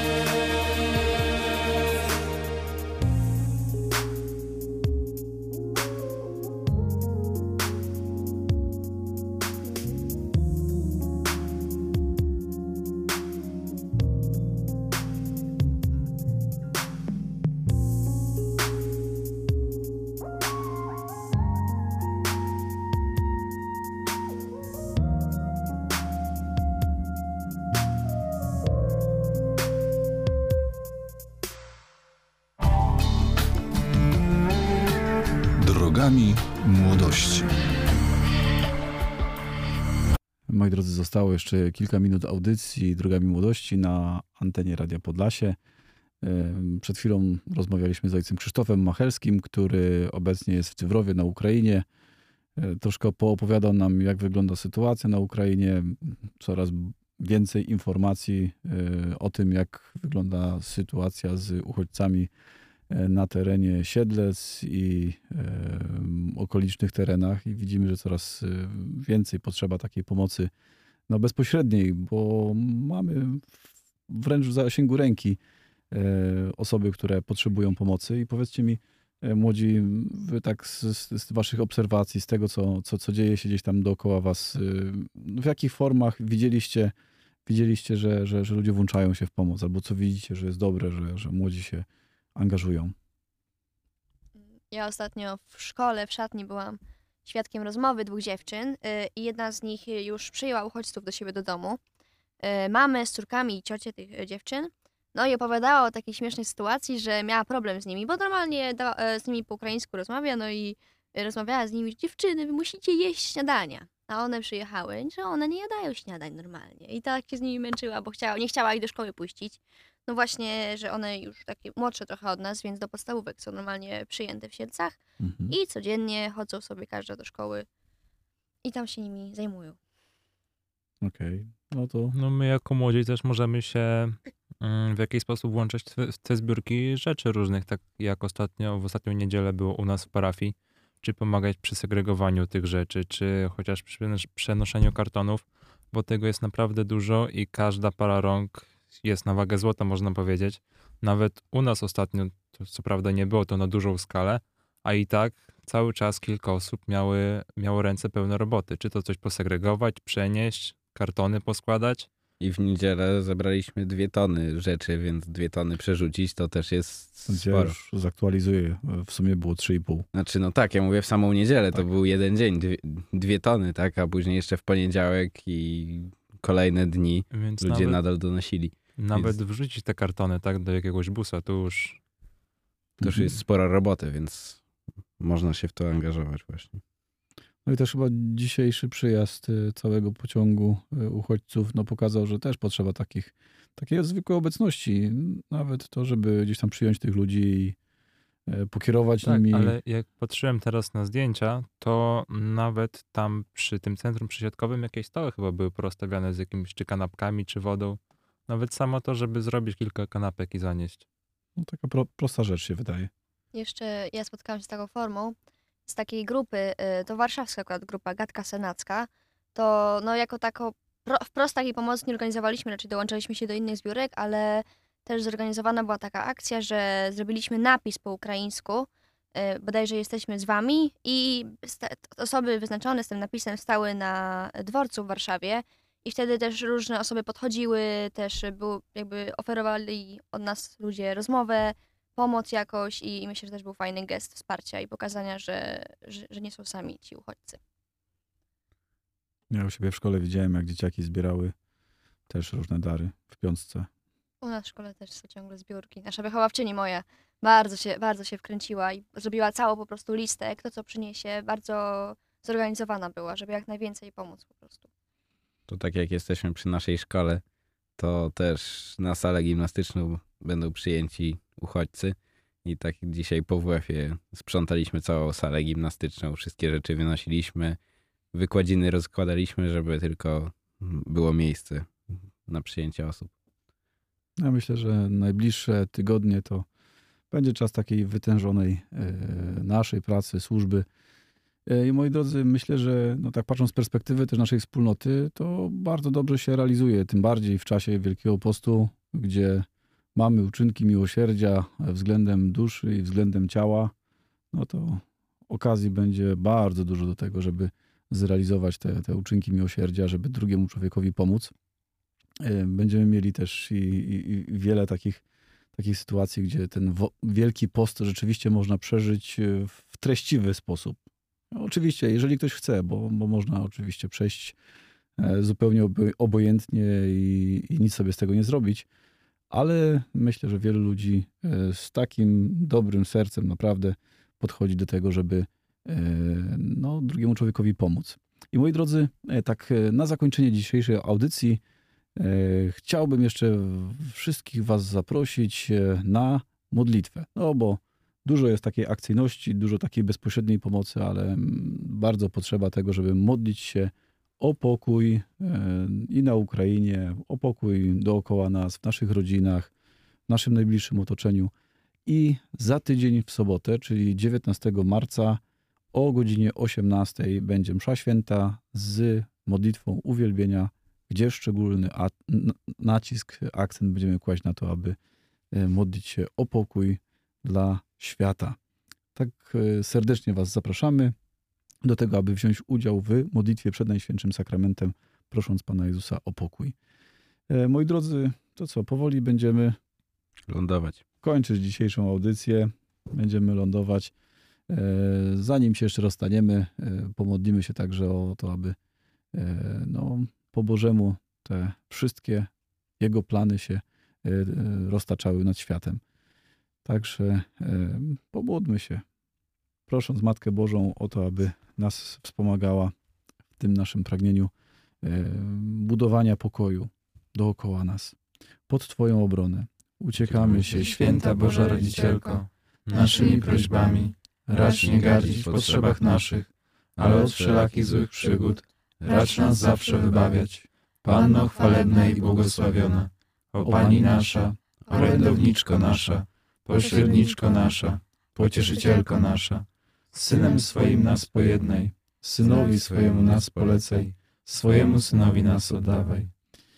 Drogami młodości. Moi drodzy, zostało jeszcze kilka minut audycji Drogami Młodości na antenie Radia Podlasie. Em, Przed chwilą rozmawialiśmy z ojcem Krzysztofem Machelskim, który obecnie jest w Cywrowie na Ukrainie. E, Troszkę poopowiadał nam, jak wygląda sytuacja na Ukrainie. Coraz więcej informacji e, o tym, jak wygląda sytuacja z uchodźcami e, na terenie Siedlec i e, okolicznych terenach. I widzimy, że coraz e, więcej potrzeba takiej pomocy no, bezpośredniej, bo mamy wręcz w zasięgu ręki e, osoby, które potrzebują pomocy. I powiedzcie mi, e, młodzi, wy tak z, z, z waszych obserwacji, z tego, co, co, co dzieje się gdzieś tam dookoła was, e, w jakich formach widzieliście, widzieliście że, że, że ludzie włączają się w pomoc, albo co widzicie, że jest dobre, że, że młodzi się angażują? Ja ostatnio w szkole, w szatni byłam świadkiem rozmowy dwóch dziewczyn y, i jedna z nich już przyjęła uchodźców do siebie do domu. Y, Mamy z córkami i ciocie tych y, dziewczyn. No i opowiadała o takiej śmiesznej sytuacji, że miała problem z nimi, bo normalnie da, y, z nimi po ukraińsku rozmawia, no i y, rozmawiała z nimi, dziewczyny, wy musicie jeść śniadania. A one przyjechały, że one nie jadają śniadań normalnie. I tak się z nimi męczyła, bo chciała, nie chciała ich do szkoły puścić. No właśnie, że one już takie młodsze trochę od nas, więc do podstawówek są normalnie przyjęte w Siedlcach Mhm. i codziennie chodzą sobie każda do szkoły i tam się nimi zajmują. Okej, no to No my jako młodzi też możemy się mm, w jakiś sposób włączać w te, w te zbiórki rzeczy różnych, tak jak ostatnio, w ostatnią niedzielę było u nas w parafii, czy pomagać przy segregowaniu tych rzeczy, czy chociaż przy przenosz- przenoszeniu kartonów, bo tego jest naprawdę dużo i każda para rąk jest na wagę złota, można powiedzieć. Nawet u nas ostatnio, to co prawda nie było to na dużą skalę, a i tak cały czas kilka osób miały, miało ręce pełne roboty. Czy to coś posegregować, przenieść, kartony poskładać. I w niedzielę zebraliśmy dwie tony rzeczy, więc dwie tony przerzucić to też jest ja sporo. już zaktualizuję. W sumie było trzy i pół. Znaczy no tak, ja mówię w samą niedzielę, to Tak. był jeden dzień, dwie, dwie tony, tak, a później jeszcze w poniedziałek i kolejne dni Więc ludzie nawet, nadal donosili. nawet więc- wrzucić te kartony tak do jakiegoś busa, to już To już Mhm. jest spora roboty, więc można się w to angażować właśnie. No i też chyba dzisiejszy przyjazd y, całego pociągu y, uchodźców no, pokazał, że też potrzeba takich, takiej zwykłej obecności. Nawet to, żeby gdzieś tam przyjąć tych ludzi i y, pokierować Tak, nimi. ale jak patrzyłem teraz na zdjęcia, to nawet tam przy tym centrum przesiadkowym jakieś stoły chyba były porozstawiane z jakimiś czy kanapkami, czy wodą. Nawet samo to, żeby zrobić kilka kanapek i zanieść. No, taka pro, prosta rzecz się wydaje. Jeszcze ja spotkałam się z taką formą, z takiej grupy, y, to warszawska akurat grupa Gadka Senacka, to no jako tako pro, wprost takiej pomocy nie organizowaliśmy, raczej dołączaliśmy się do innych zbiórek, ale też zorganizowana była taka akcja, że zrobiliśmy napis po ukraińsku, y, bodajże jesteśmy z wami i sta- osoby wyznaczone z tym napisem stały na dworcu w Warszawie i wtedy też różne osoby podchodziły, też był, jakby oferowali od nas ludzie rozmowę, pomoc jakoś i myślę, że też był fajny gest wsparcia i pokazania, że, że, że nie są sami ci uchodźcy. Ja u siebie w szkole widziałem, jak dzieciaki zbierały też różne dary w piątce. U nas w szkole też są ciągle zbiórki. Nasza wychowawczyni moja bardzo się, bardzo się wkręciła i zrobiła całą po prostu listę, kto co przyniesie. Bardzo zorganizowana była, żeby jak najwięcej pomóc po prostu. To tak jak jesteśmy przy naszej szkole, to też na salę gimnastyczną będą przyjęci uchodźcy. I tak jak dzisiaj po W F-ie sprzątaliśmy całą salę gimnastyczną, wszystkie rzeczy wynosiliśmy, wykładziny rozkładaliśmy, żeby tylko było miejsce na przyjęcie osób. Ja myślę, że najbliższe tygodnie to będzie czas takiej wytężonej e, naszej pracy, służby. E, I moi drodzy, myślę, że no tak patrząc z perspektywy też naszej wspólnoty, to bardzo dobrze się realizuje, tym bardziej w czasie Wielkiego Postu, gdzie mamy uczynki miłosierdzia względem duszy i względem ciała, no to okazji będzie bardzo dużo do tego, żeby zrealizować te, te uczynki miłosierdzia, żeby drugiemu człowiekowi pomóc. Będziemy mieli też i, i, i wiele takich, takich sytuacji, gdzie ten wo- Wielki Post rzeczywiście można przeżyć w treściwy sposób. No, oczywiście, jeżeli ktoś chce, bo, bo można oczywiście przejść zupełnie obo- obojętnie i, i nic sobie z tego nie zrobić, ale myślę, że wielu ludzi z takim dobrym sercem naprawdę podchodzi do tego, żeby no, drugiemu człowiekowi pomóc. I moi drodzy, tak na zakończenie dzisiejszej audycji chciałbym jeszcze wszystkich was zaprosić na modlitwę. No bo dużo jest takiej akcyjności, dużo takiej bezpośredniej pomocy, ale bardzo potrzeba tego, żeby modlić się o pokój i na Ukrainie, o pokój dookoła nas, w naszych rodzinach, w naszym najbliższym otoczeniu. I za tydzień w sobotę, czyli dziewiętnastego marca o godzinie osiemnastej będzie msza święta z modlitwą uwielbienia, gdzie szczególny a- nacisk, akcent będziemy kłaść na to, aby modlić się o pokój dla świata. Tak serdecznie was zapraszamy do tego, aby wziąć udział w modlitwie przed Najświętszym Sakramentem, prosząc Pana Jezusa o pokój. Moi drodzy, to co, powoli będziemy lądować. Kończyć dzisiejszą audycję. Będziemy lądować. Zanim się jeszcze rozstaniemy, pomodlimy się także o to, aby no, po Bożemu te wszystkie Jego plany się roztaczały nad światem. Także pomódlmy się, prosząc Matkę Bożą o to, aby nas wspomagała w tym naszym pragnieniu budowania pokoju dookoła nas. Pod Twoją obronę uciekamy się, Święta Boża Rodzicielko, naszymi prośbami racz nie gardzić w potrzebach naszych, ale od wszelakich złych przygód racz nas zawsze wybawiać. Panno chwalebna i błogosławiona, o Pani nasza, orędowniczko nasza, pośredniczko nasza, pocieszycielko nasza, Synem swoim nas pojednaj, Synowi swojemu nas polecaj, swojemu Synowi nas oddawaj.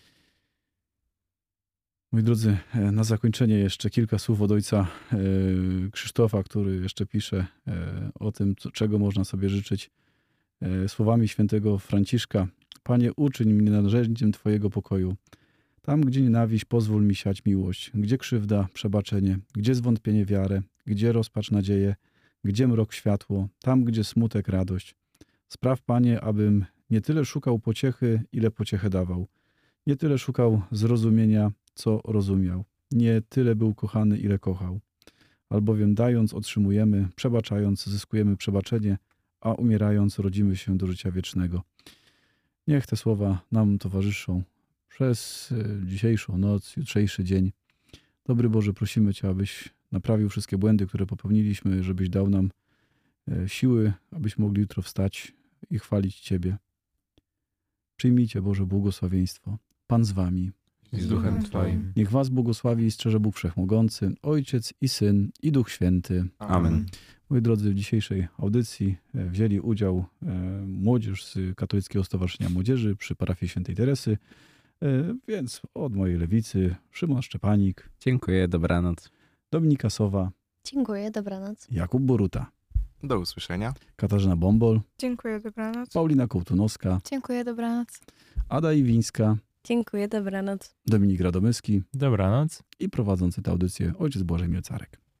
Moi drodzy, na zakończenie jeszcze kilka słów od ojca Krzysztofa, który jeszcze pisze o tym, czego można sobie życzyć. Słowami świętego Franciszka: Panie, uczyń mnie narzędziem Twojego pokoju. Tam, gdzie nienawiść, pozwól mi siać miłość. Gdzie krzywda, przebaczenie. Gdzie zwątpienie, wiarę. Gdzie rozpacz, nadzieję. Gdzie mrok, światło. Tam, gdzie smutek, radość. Spraw, Panie, abym nie tyle szukał pociechy, ile pociechę dawał. Nie tyle szukał zrozumienia, co rozumiał. Nie tyle był kochany, ile kochał. Albowiem dając, otrzymujemy, przebaczając, zyskujemy przebaczenie, a umierając rodzimy się do życia wiecznego. Niech te słowa nam towarzyszą przez e, dzisiejszą noc, jutrzejszy dzień. Dobry Boże, prosimy Cię, abyś naprawił wszystkie błędy, które popełniliśmy, żebyś dał nam e, siły, abyśmy mogli jutro wstać i chwalić Ciebie. Przyjmijcie, Boże, błogosławieństwo. Pan z Wami. I z duchem Twoim. Niech Was błogosławi i strzeże Bóg Wszechmogący, Ojciec i Syn i Duch Święty. Amen. Moi drodzy, w dzisiejszej audycji e, wzięli udział e, młodzież z Katolickiego Stowarzyszenia Młodzieży przy parafii Świętej Teresy. E, więc od mojej lewicy Szymon Szczepanik, Dziękuję, dobranoc. Dominika Sowa, Dziękuję, dobranoc. Jakub Boruta, Do usłyszenia. Katarzyna Bombol, Dziękuję, dobranoc. Paulina Kołtunowska, Dziękuję, dobranoc. Ada Iwińska, Dziękuję, dobranoc. Dominik Radomyski Dobranoc. i prowadzący tę audycję ojciec Błażej Mielcarek.